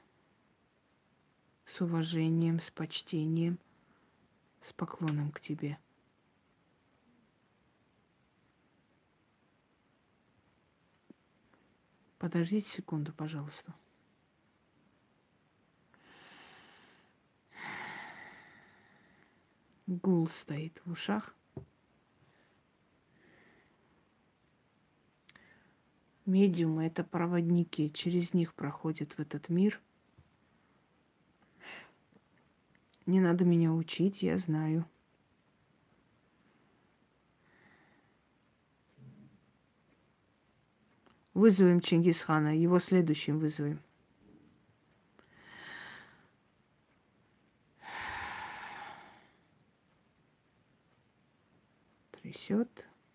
с уважением, с почтением, с поклоном к тебе. Подождите секунду, пожалуйста. Гул стоит в ушах. Медиумы – это проводники. Через них проходят в этот мир. Не надо меня учить, я знаю. Вызовем Чингисхана, его следующим вызовем. Трясет.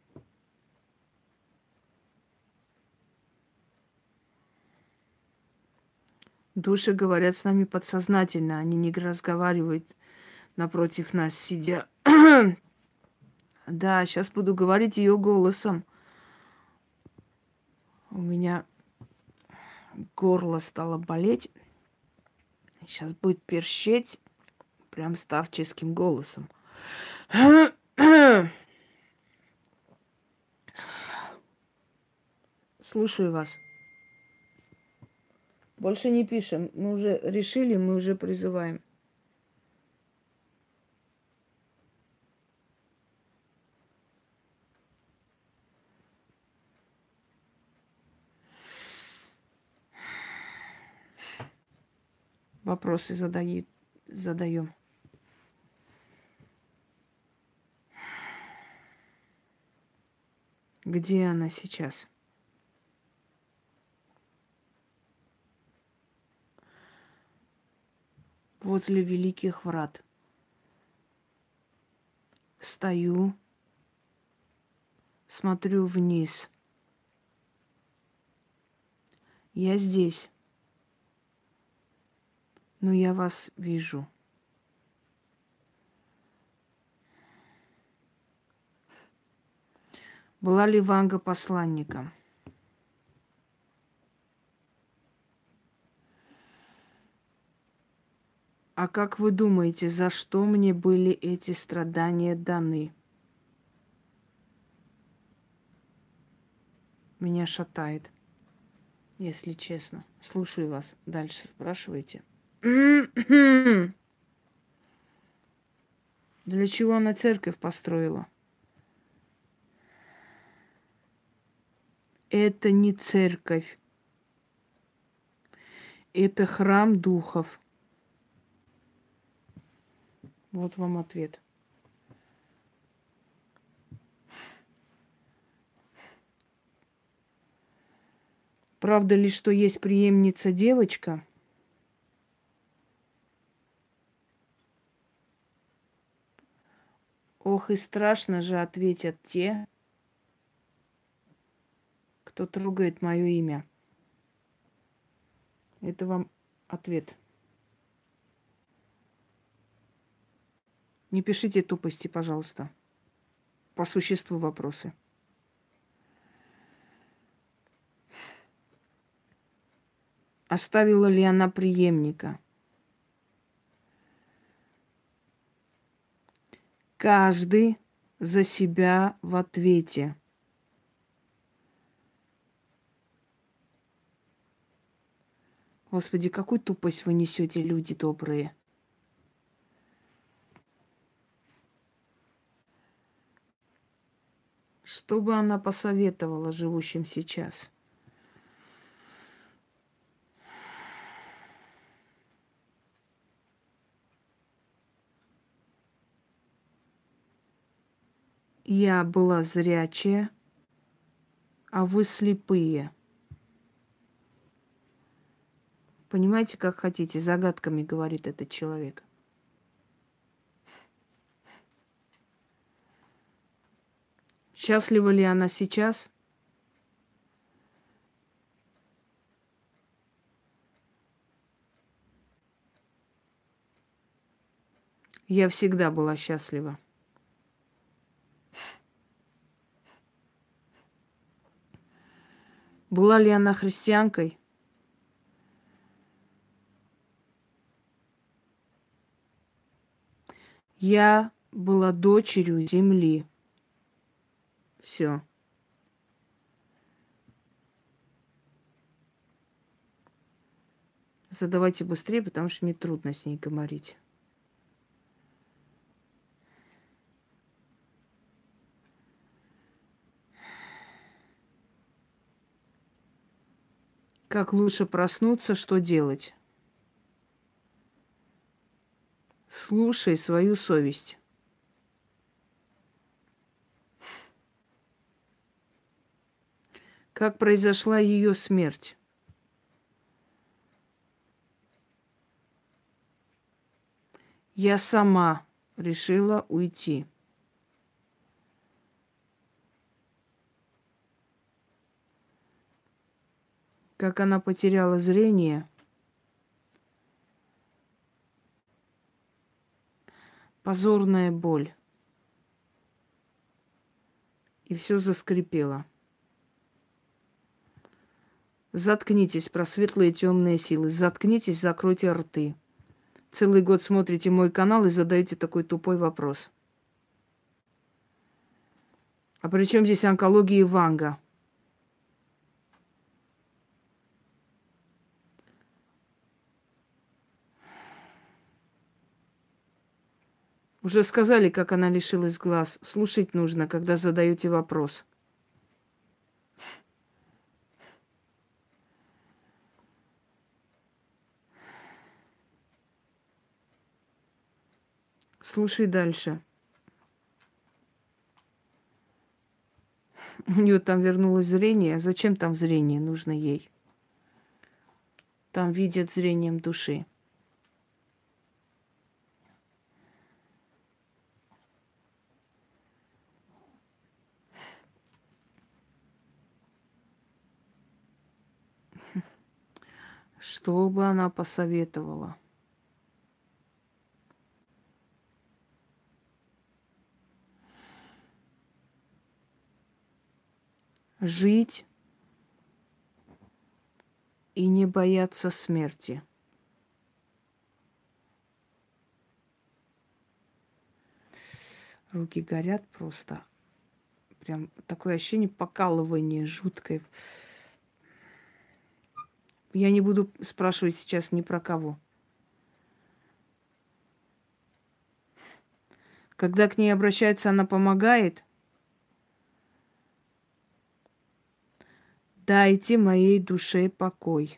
Души говорят с нами подсознательно, они не разговаривают напротив нас, сидя. Да, сейчас буду говорить ее голосом. У меня горло стало болеть. Сейчас будет перщеть прям старческим голосом. Слушаю вас. Больше не пишем. Мы уже решили, мы уже призываем. Вопросы задаем. Где она сейчас? возле Великих Врат. Стою, смотрю вниз. Я здесь, но я вас вижу. Была ли Ванга посланником? А как вы думаете, за что мне были эти страдания даны? Меня шатает, если честно. Слушаю вас. Дальше спрашивайте. Для чего она церковь построила? Это не церковь. Это храм духов. Вот вам ответ. Правда ли, что есть преемница девочка? Ох, и страшно же, ответят те, кто трогает мое имя. Это вам ответ. Не пишите тупости, пожалуйста. По существу вопросы. Оставила ли она преемника? Каждый за себя в ответе. Господи, какую тупость вы несете, люди добрые. Что бы она посоветовала живущим сейчас? Я была зрячая, а вы слепые. Понимаете, как хотите, загадками говорит этот человек. Счастлива ли она сейчас? Я всегда была счастлива. Была ли она христианкой? Я была дочерью земли. Все. Задавайте быстрее, потому что мне трудно с ней говорить. Как лучше проснуться, что делать? Слушай свою совесть. Как произошла ее смерть? Я сама решила уйти. Как она потеряла зрение? Позорная боль. И все заскрипело. Заткнитесь, про светлые и темные силы. Заткнитесь, закройте рты. Целый год смотрите мой канал и задаете такой тупой вопрос. А при чем здесь онкология и Ванга? Уже сказали, как она лишилась глаз. Слушать нужно, когда задаете вопрос. Слушай дальше. У нее там вернулось зрение. Зачем там зрение нужно ей? Там видят зрением души. Что бы она посоветовала? Жить и не бояться смерти. Руки горят просто. Прям такое ощущение покалывания жуткое. Я не буду спрашивать сейчас ни про кого. Когда к ней обращается, она помогает. Дайте моей душе покой.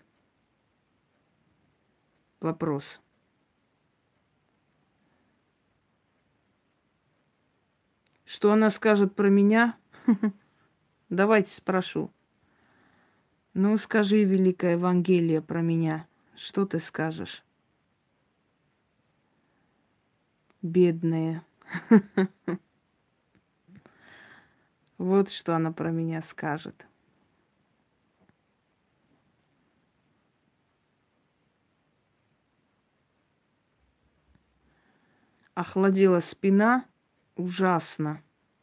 Вопрос. Что она скажет про меня? Давайте спрошу. Ну, скажи, Великое Евангелие, про меня. Что ты скажешь? Бедная. Вот что она про меня скажет. Охладела спина. Ужасно.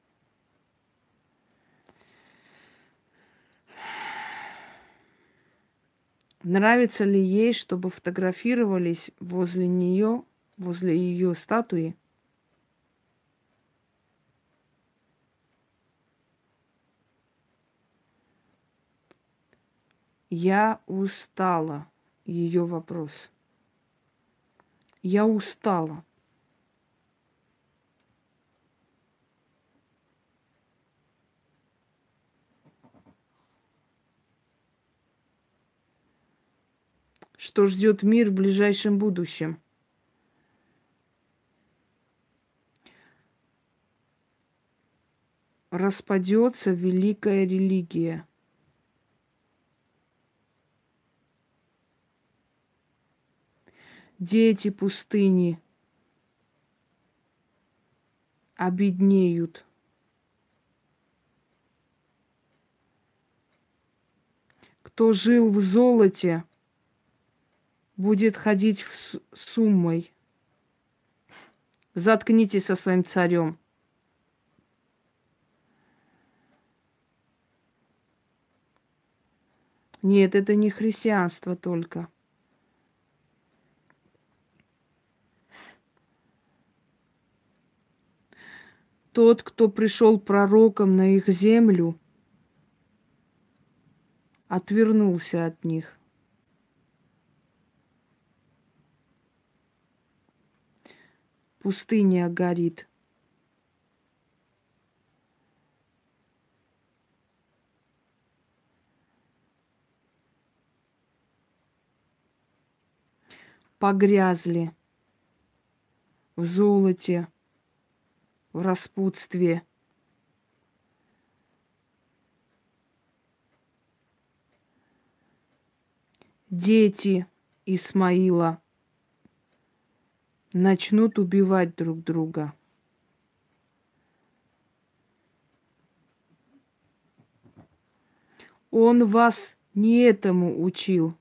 Нравится ли ей, чтобы фотографировались возле нее, возле ее статуи? Я устала. Ее вопрос. Я устала. Что ждет мир в ближайшем будущем? Распадется великая религия. Дети пустыни обеднеют. Кто жил в золоте, будет ходить с умой. Заткнитесь со своим царем. Нет, это не христианство только. Тот, кто пришел пророком на их землю, отвернулся от них. Пустыня горит. Погрязли в золоте, в распутстве. Дети Исмаила начнут убивать друг друга. Он вас не этому учил.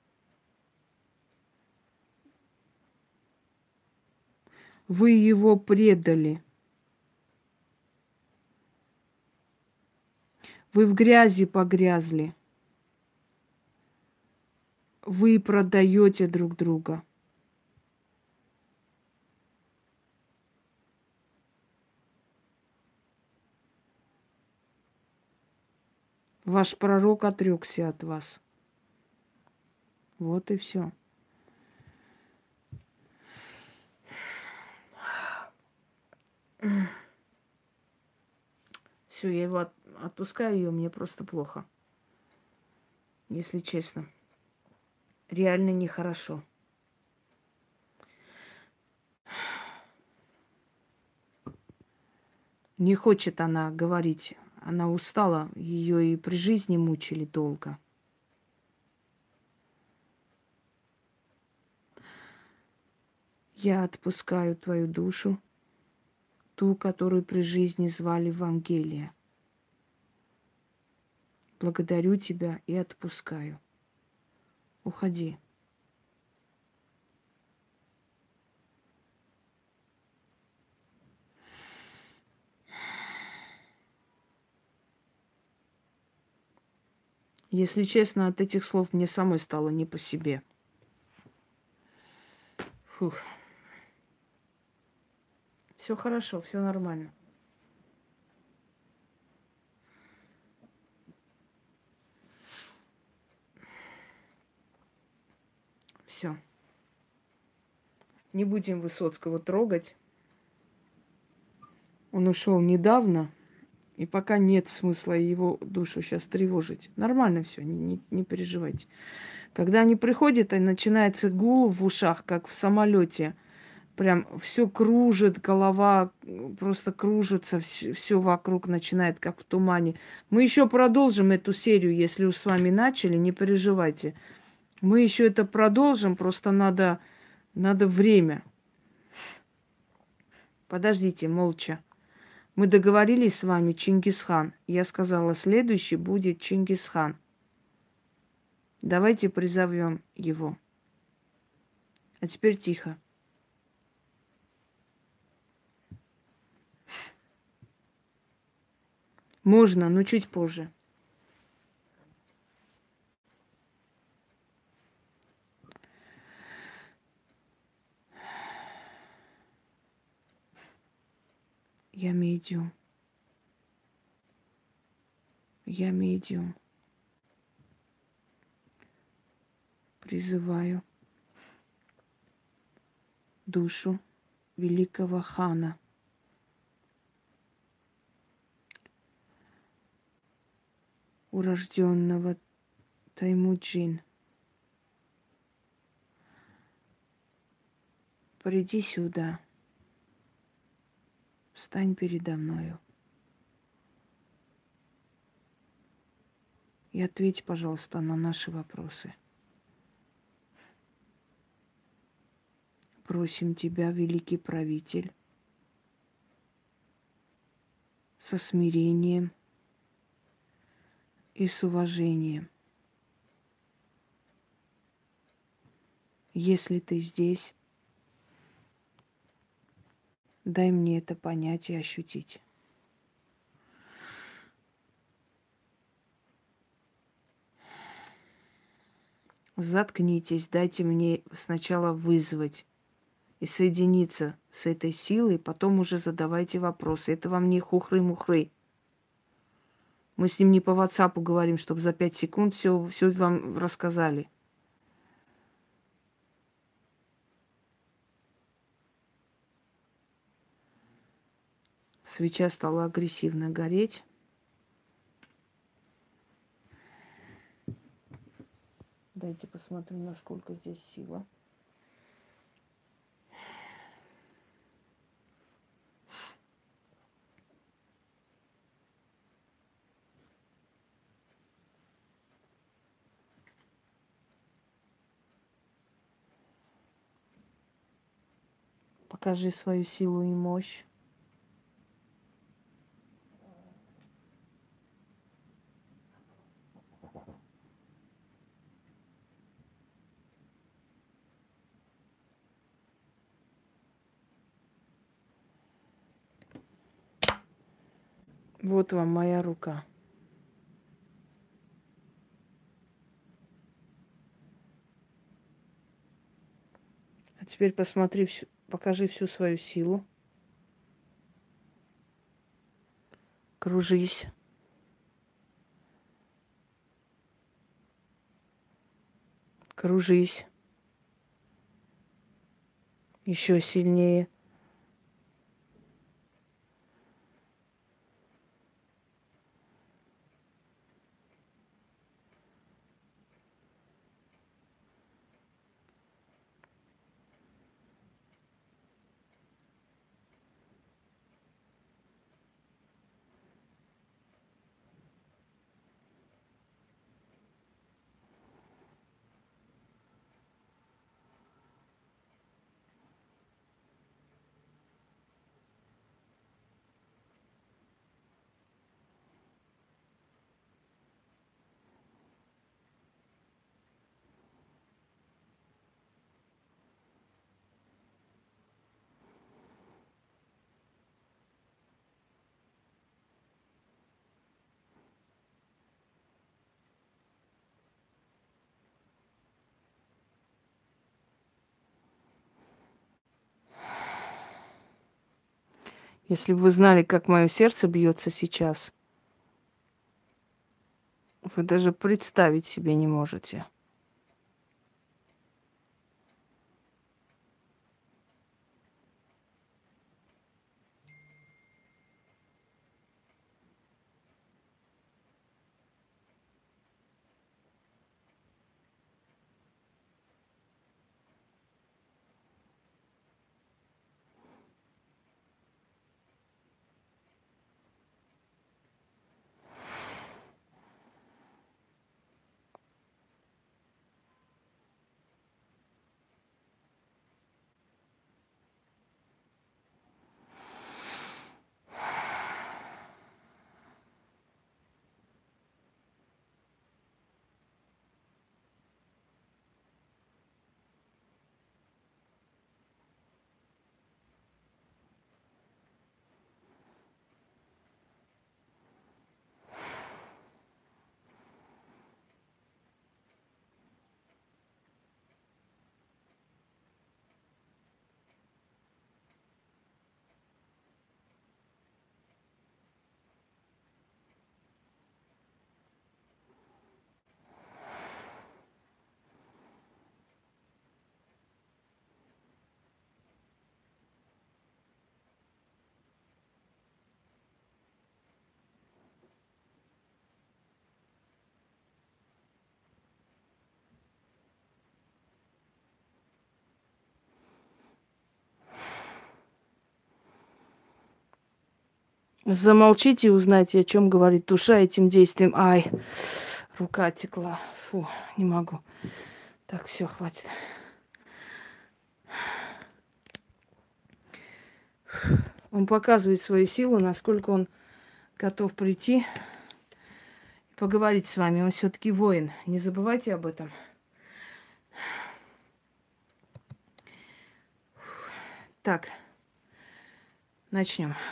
Вы его предали. Вы в грязи погрязли. Вы продаете друг друга. Ваш пророк отрекся от вас. Вот и все. Все, я его отпускаю ее, мне просто плохо. Если честно. Реально нехорошо. Не хочет она говорить. Она устала. Ее и при жизни мучили долго. Я отпускаю твою душу, ту, которую при жизни звали Евангелие. Благодарю тебя и отпускаю. Уходи. Если честно, от этих слов мне самой стало не по себе. Фух. Все хорошо, все нормально. Все. Не будем Высоцкого трогать. Он ушел недавно, и пока нет смысла его душу сейчас тревожить. Нормально все, не переживайте. Когда они приходят, и начинается гул в ушах, как в самолете. Прям все кружит, голова просто кружится, все вокруг начинает как в тумане. Мы еще продолжим эту серию, если уж с вами начали, не переживайте. Мы еще это продолжим, просто надо время. Подождите, молча. Мы договорились с вами Чингисхан. Я сказала, следующий будет Чингисхан. Давайте призовем его. А теперь тихо. Можно, но чуть позже. Я медиум. Я медиум. Призываю душу великого хана, урожденного Таймуджин. Приди сюда, встань передо мною и ответь, пожалуйста, на наши вопросы. Просим тебя, великий правитель, со смирением и с уважением. Если ты здесь, дай мне это понять и ощутить. Заткнитесь, дайте мне сначала вызвать и соединиться с этой силой, потом уже задавайте вопросы. Это вам не хухры-мухры. Мы с ним не по WhatsApp говорим, чтобы за 5 секунд все вам рассказали. Свеча стала агрессивно гореть. Дайте посмотрю, насколько здесь сила. Покажи свою силу и мощь. Вот вам моя рука. А теперь покажи всю свою силу. Кружись. Кружись. Еще сильнее. Если бы вы знали, как мое сердце бьется сейчас, вы даже представить себе не можете. Замолчите и узнайте, о чем говорит душа этим действием. Ай, рука отекла. Фу, не могу. Так, все, хватит. Он показывает свою силу, насколько он готов прийти и поговорить с вами. Он все-таки воин. Не забывайте об этом. Так, начнем.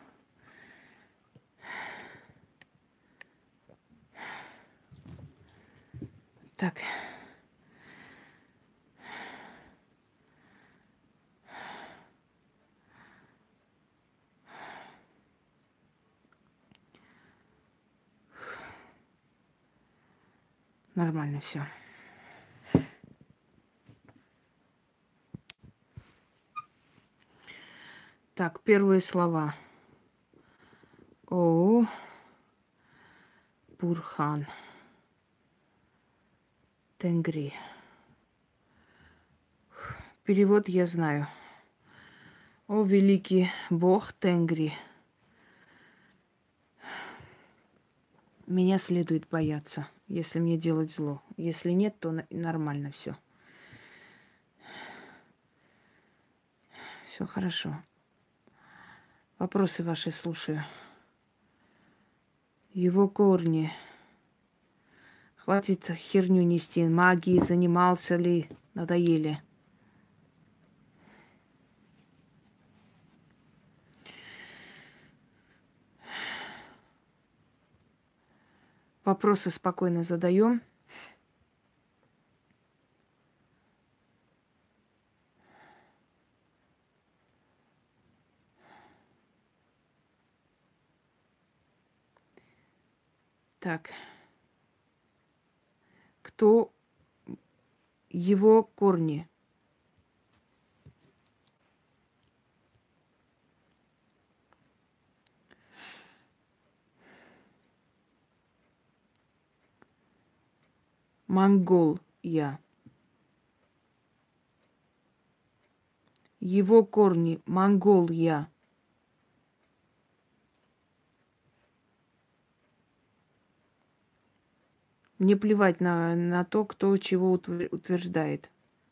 Так. Нормально все. Так, первые слова. О, Бурхан. Тенгри. Перевод я знаю. О, великий Бог Тенгри. Меня следует бояться, если мне делать зло. Если нет, то нормально все. Все хорошо. Вопросы ваши слушаю. Его корни. Хватит херню нести. Магией занимался ли? Надоели. Вопросы спокойно задаем. Так. Кто его корни? Монгол я. Его корни монгол я. Мне плевать на то, кто чего утверждает.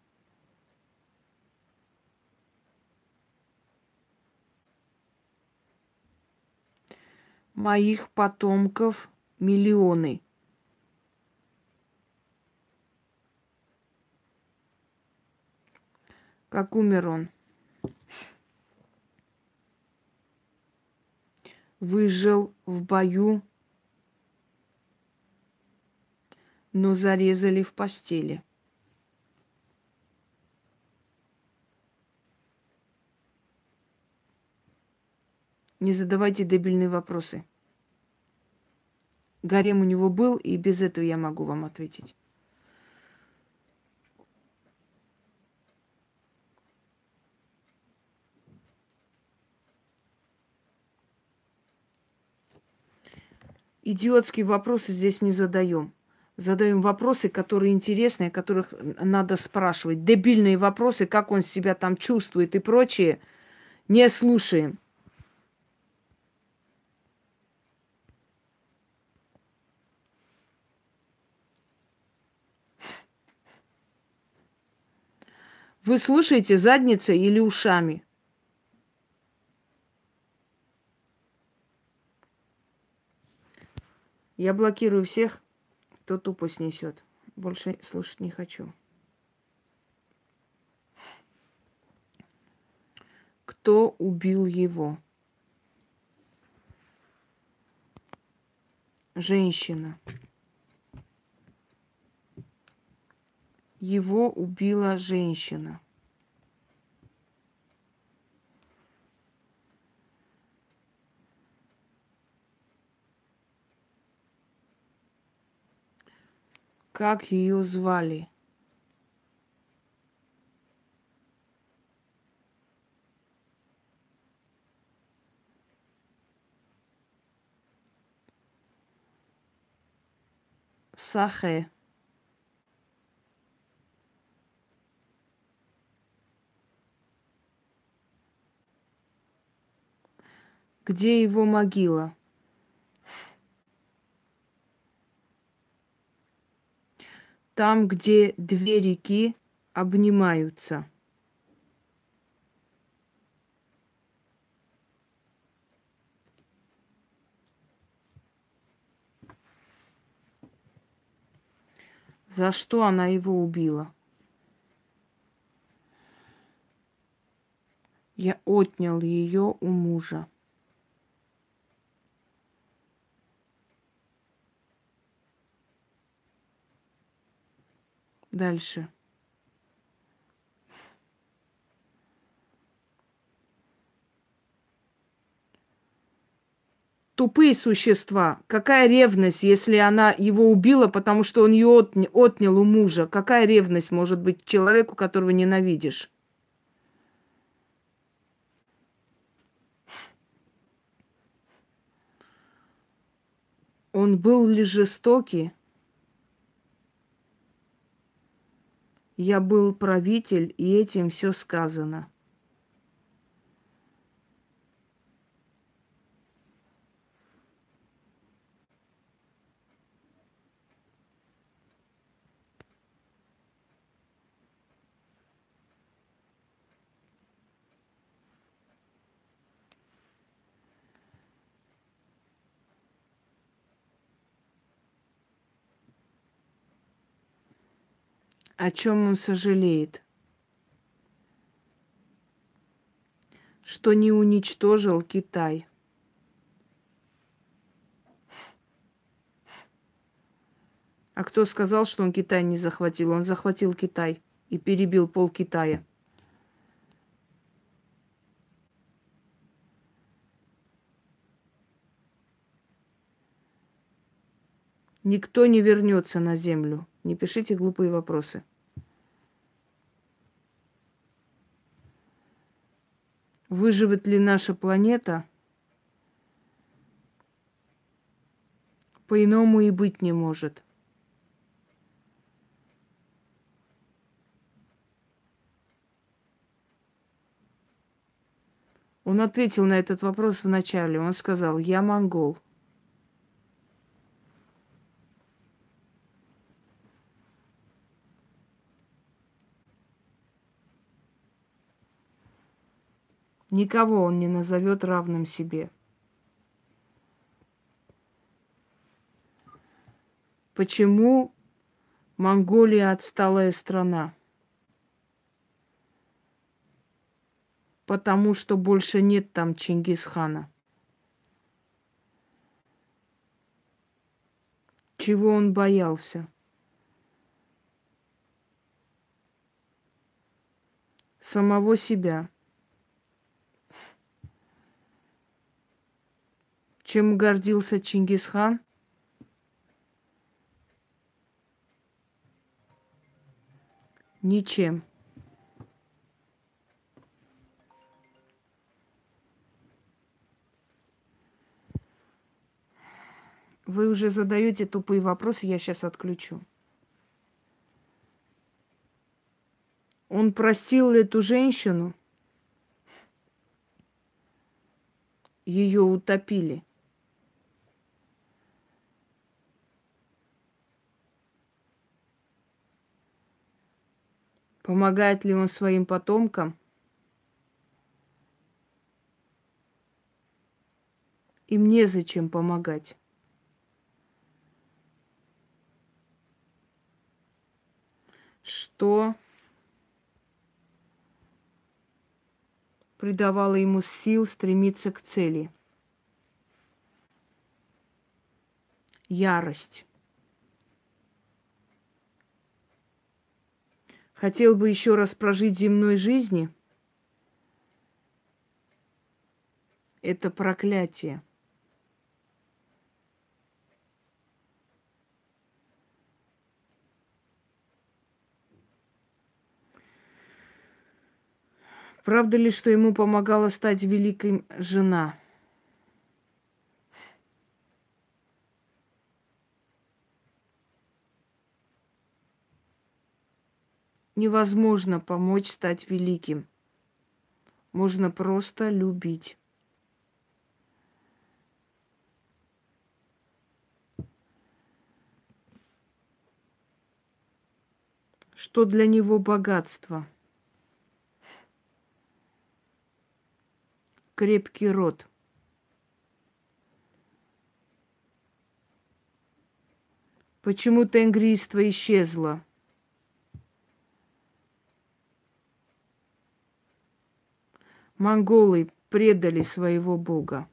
Моих потомков миллионы. Как умер он? Выжил в бою, но зарезали в постели. Не задавайте дебильные вопросы. Гарем у него был, и без этого я могу вам ответить. Идиотские вопросы здесь не задаем. Задаем вопросы, которые интересны, о которых надо спрашивать. Дебильные вопросы, как он себя там чувствует и прочее, не слушаем. Вы слушаете задницей или ушами? Я блокирую всех, кто тупость несет. Больше слушать не хочу. Кто убил его? Женщина. Его убила женщина. Как ее звали? Сахе. Где его могила? Там, где две реки обнимаются. За что она его убила? Я отнял ее у мужа. Дальше. Тупые существа. Какая ревность, если она его убила, потому что он ее отнял у мужа? Какая ревность может быть к человеку, которого ненавидишь? Он был ли жестокий? Я был правитель, и этим все сказано. О чем он сожалеет? Что не уничтожил Китай. А кто сказал, что он Китай не захватил? Он захватил Китай и перебил пол Китая. Никто не вернется на Землю. Не пишите глупые вопросы. Выживет ли наша планета? По-иному и быть не может. Он ответил на этот вопрос вначале. Он сказал: я монгол. Никого он не назовет равным себе. Почему Монголия отсталая страна? Потому что больше нет там Чингисхана. Чего он боялся? Самого себя. Чем гордился Чингисхан? Ничем. Вы уже задаете тупые вопросы, я сейчас отключу. Он простил эту женщину, ее утопили. Помогает ли он своим потомкам? Им незачем помогать. Что придавало ему сил стремиться к цели? Ярость. Хотел бы еще раз прожить земной жизни? Это проклятие. Правда ли, что ему помогала стать великой жена? Невозможно помочь стать великим. Можно просто любить. Что для него богатство? Крепкий род. Почему тенгриство исчезло? Монголы предали своего бога.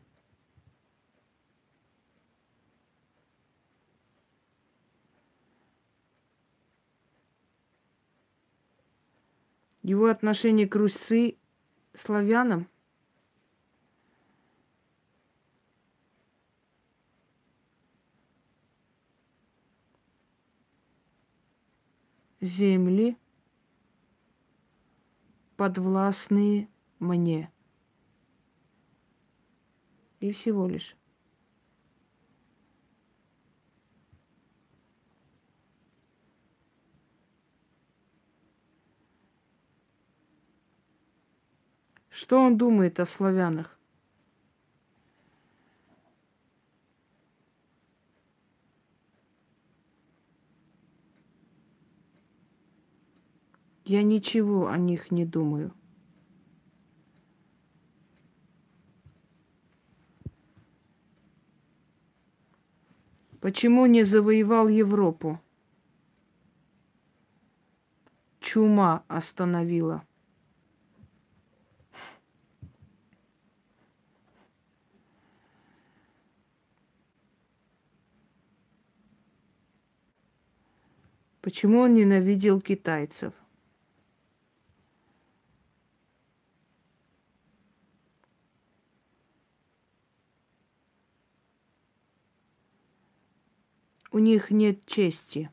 Его отношение к Руси славянам? Земли, подвластные мне. И всего лишь. Что он думает о славянах? Я ничего о них не думаю. Почему не завоевал Европу? Чума остановила. Почему он ненавидел китайцев? У них нет чести.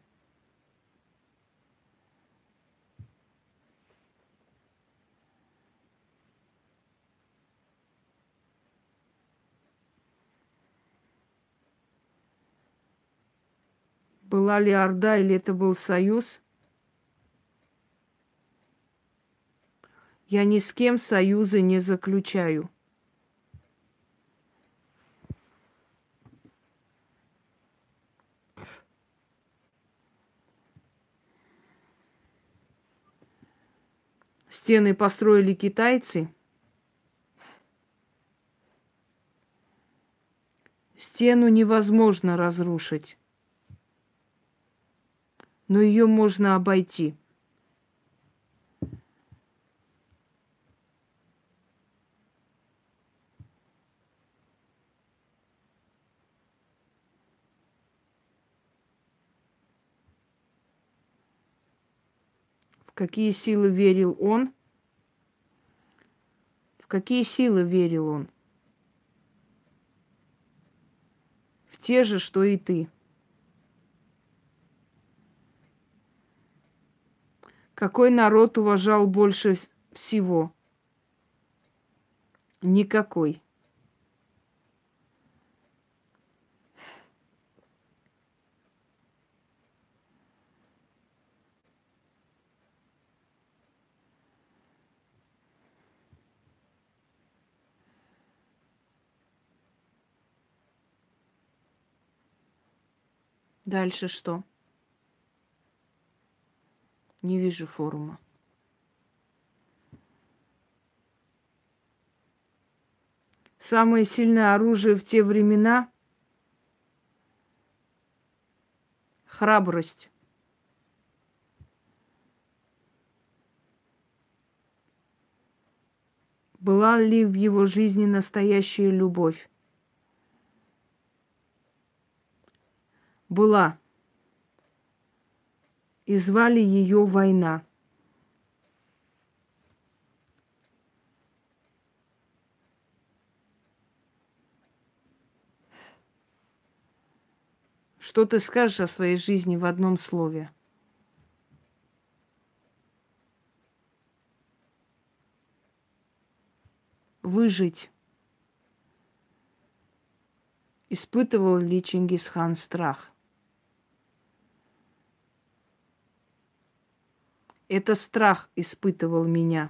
Была ли Орда или это был союз? Я ни с кем союзы не заключаю. Стены построили китайцы. Стену невозможно разрушить, но ее можно обойти. В какие силы верил он? В какие силы верил он? те же, что и ты. Какой народ уважал больше всего? Никакой. Дальше что? Не вижу форума. Самое сильное оружие в те времена — храбрость. Была ли в его жизни настоящая любовь? Была. И звали ее война. Что ты скажешь о своей жизни в одном слове? Выжить. Испытывал ли Чингисхан страх? Это страх испытывал меня.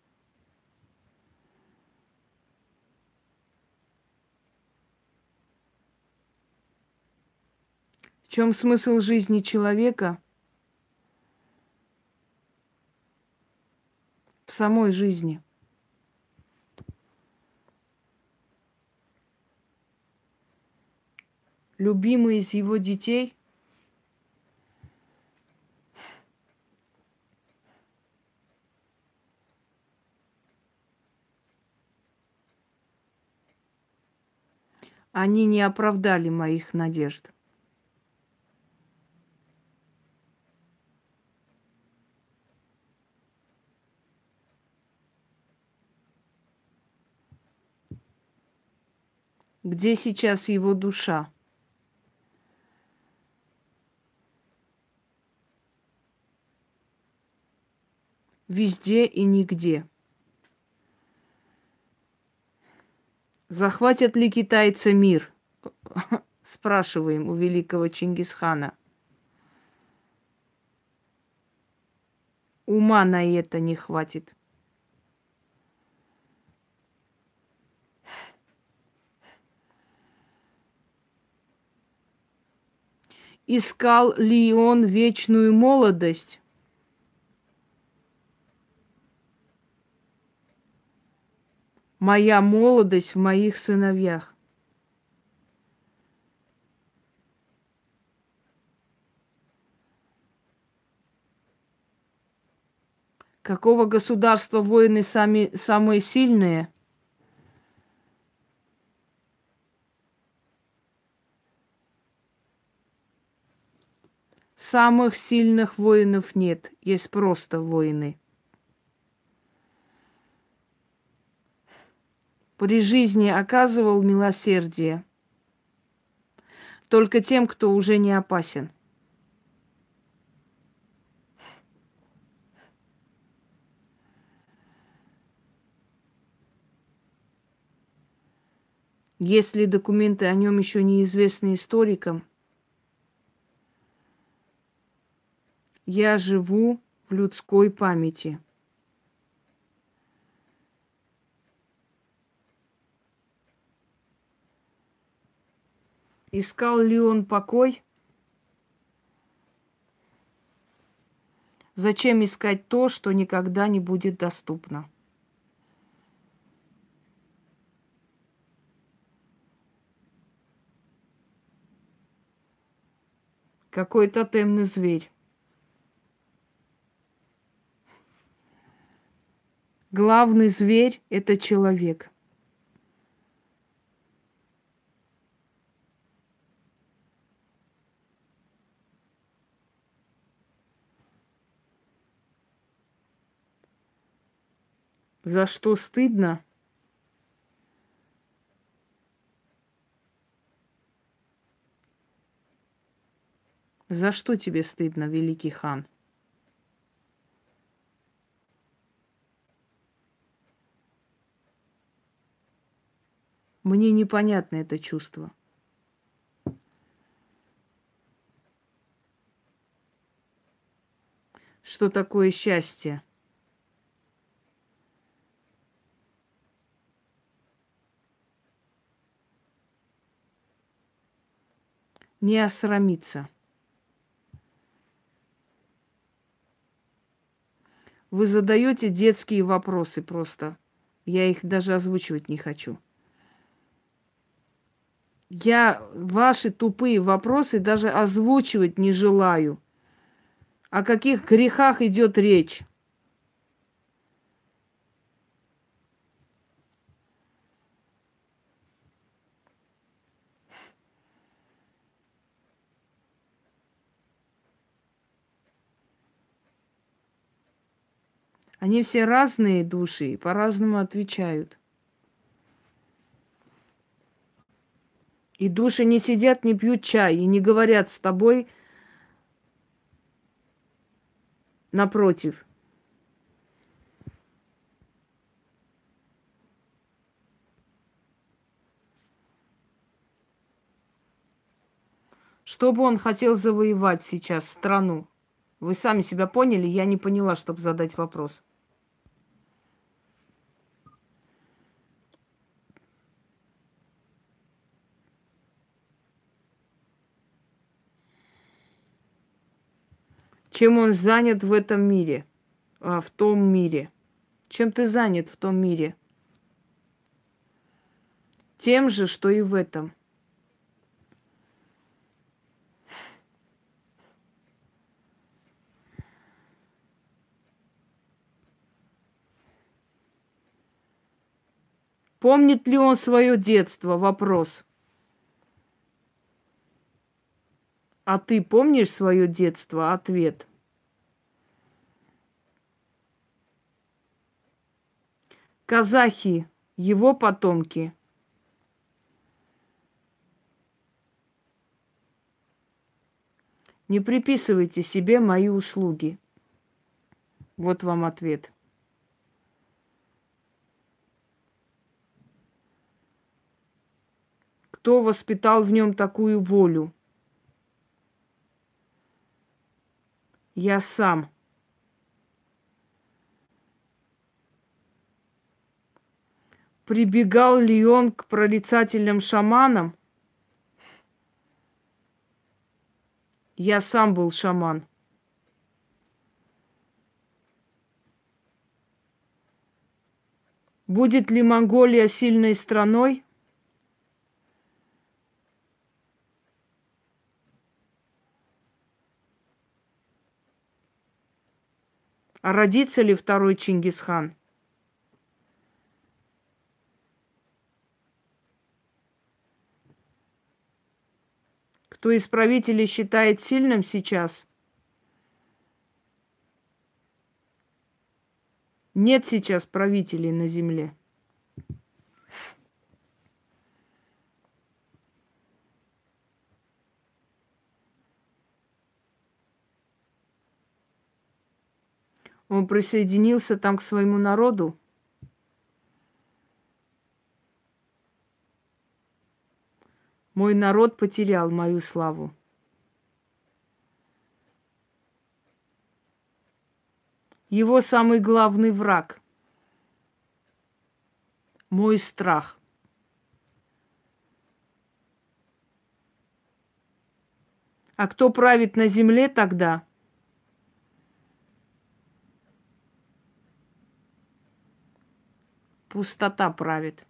В чем смысл жизни человека? В самой жизни. Любимый из его детей они не оправдали моих надежд. Где сейчас его душа? Везде и нигде. Захватят ли китайцы мир? Спрашиваем у великого Чингисхана. Ума на это не хватит. Искал ли он вечную молодость? Моя молодость в моих сыновьях. Какого государства воины самые сильные? Самых сильных воинов нет, есть просто воины. При жизни оказывал милосердие только тем, кто уже не опасен. Если документы о нем еще неизвестны историкам, я живу в людской памяти. Искал ли он покой? Зачем искать то, что никогда не будет доступно? Какой тотемный зверь? Главный зверь – это человек. За что стыдно? За что тебе стыдно, великий хан? Мне непонятно это чувство. Что такое счастье? Не осрамиться. Вы задаете детские вопросы просто. Я их даже озвучивать не хочу. Я ваши тупые вопросы даже озвучивать не желаю. О каких грехах идет речь? Они все разные души и по-разному отвечают. И души не сидят, не пьют чай и не говорят с тобой напротив. Что бы он хотел завоевать сейчас страну? Вы сами себя поняли, я не поняла, чтобы задать вопрос. Чем он занят в этом мире? В том мире? Чем ты занят в том мире? Тем же, что и в этом. Помнит ли он свое детство? Вопрос. А ты помнишь свое детство? Ответ. Казахи, его потомки. Не приписывайте себе мои услуги. Вот вам ответ. Кто воспитал в нем такую волю? Я сам. Прибегал ли он к прорицательным шаманам? Я сам был шаман. Будет ли Монголия сильной страной? А родится ли второй Чингисхан? Кто из правителей считает сильным сейчас? Нет сейчас правителей на земле. Он присоединился там к своему народу. Мой народ потерял мою славу. Его самый главный враг. Мой страх. А кто правит на земле тогда? Пустота правит.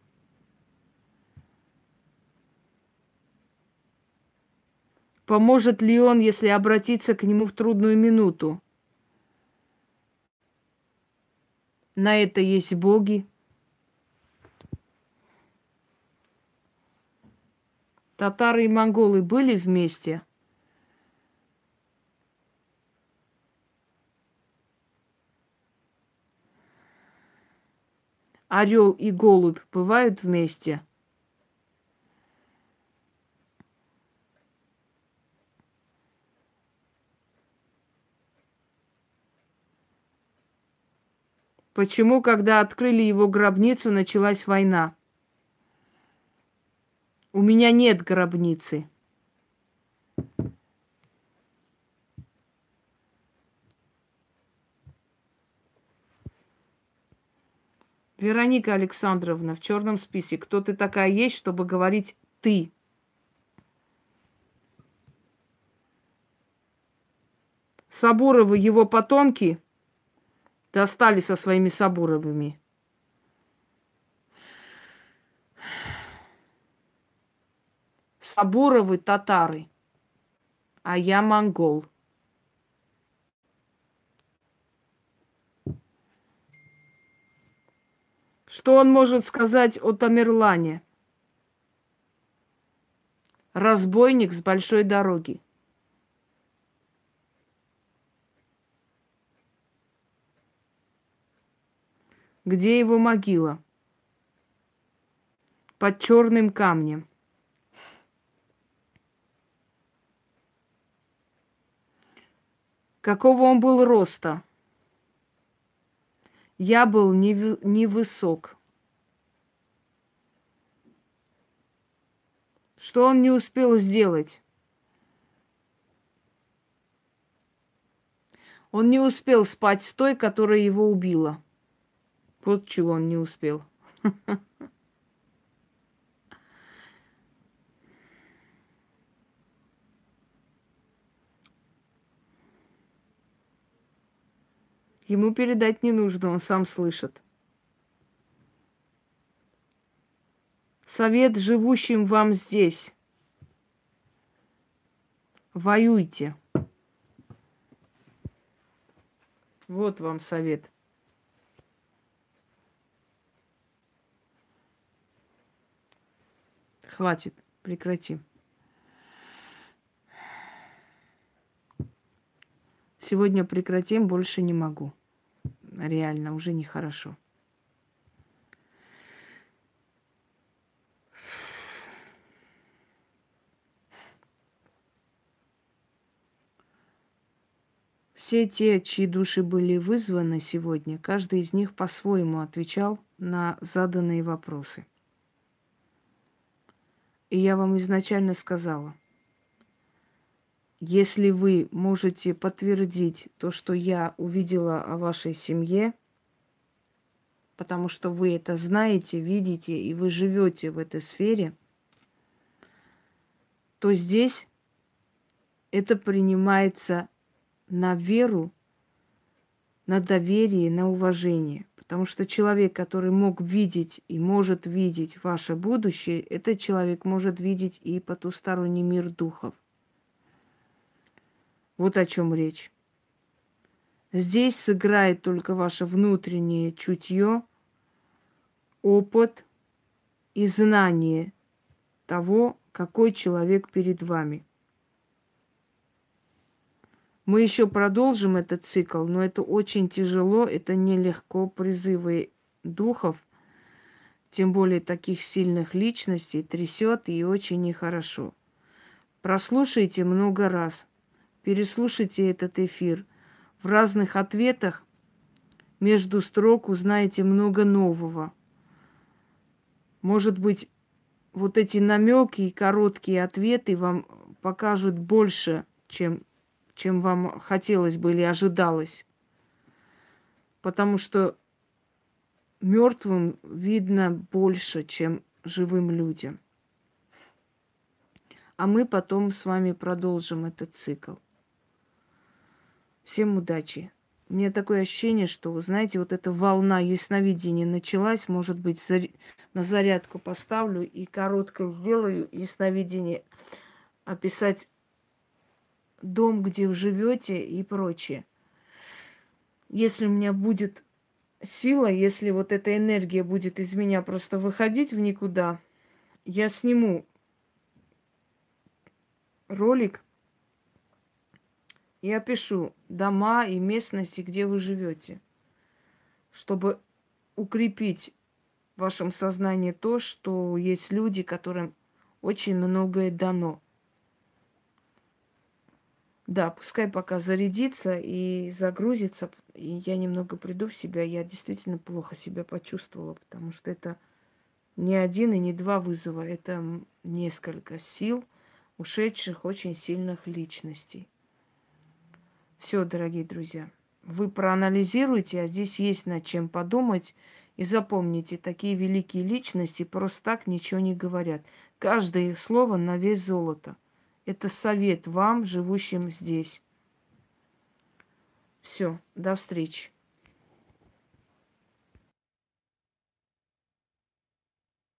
Поможет ли он, если обратиться к нему в трудную минуту? На это есть боги. Татары и монголы были вместе? Орел и голубь бывают вместе? Почему, когда открыли его гробницу, началась война? У меня нет гробницы. Вероника Александровна, в черном списке. Кто ты такая есть, чтобы говорить ты? Сабуровы, его потомки, достали со своими Сабуровыми. Сабуровы татары, а я монгол. Что он может сказать о Тамерлане? Разбойник с большой дороги. Где его могила? Под черным камнем. Какого он был роста? Я был невысок. Что он не успел сделать? Он не успел спать с той, которая его убила. Вот чего он не успел. Ему передать не нужно, он сам слышит. Совет живущим вам здесь. Воюйте. Вот вам совет. Хватит, прекрати. Сегодня прекратим, больше не могу. Реально, уже нехорошо. Все те, чьи души были вызваны сегодня, каждый из них по-своему отвечал на заданные вопросы. И я вам изначально сказала, если вы можете подтвердить то, что я увидела о вашей семье, потому что вы это знаете, видите, и вы живете в этой сфере, то здесь это принимается на веру, на доверие, на уважение. Потому что человек, который мог видеть и может видеть ваше будущее, этот человек может видеть и потусторонний мир духов. Вот о чем речь. Здесь сыграет только ваше внутреннее чутье, опыт и знание того, какой человек перед вами. Мы еще продолжим этот цикл, но это очень тяжело, это нелегко. Призывы духов, тем более таких сильных личностей, трясет и очень нехорошо. Прослушайте много раз, переслушайте этот эфир. В разных ответах между строк узнаете много нового. Может быть, вот эти намеки и короткие ответы вам покажут больше, чем вам хотелось бы или ожидалось. Потому что мертвым видно больше, чем живым людям. А мы потом с вами продолжим этот цикл. Всем удачи. У меня такое ощущение, что, вы знаете, вот эта волна ясновидения началась. Может быть, на зарядку поставлю и короткое сделаю ясновидение. Описать дом, где вы живете и прочее. Если у меня будет сила, если вот эта энергия будет из меня просто выходить в никуда, я сниму ролик и опишу дома и местности, где вы живете, чтобы укрепить в вашем сознании то, что есть люди, которым очень многое дано. Да, пускай пока зарядится и загрузится, и я немного приду в себя. Я действительно плохо себя почувствовала, потому что это не один и не два вызова, это несколько сил ушедших очень сильных личностей. Все, дорогие друзья, вы проанализируйте, а здесь есть над чем подумать. И запомните, такие великие личности просто так ничего не говорят. Каждое их слово на вес золота. Это совет вам, живущим здесь. Все, до встречи.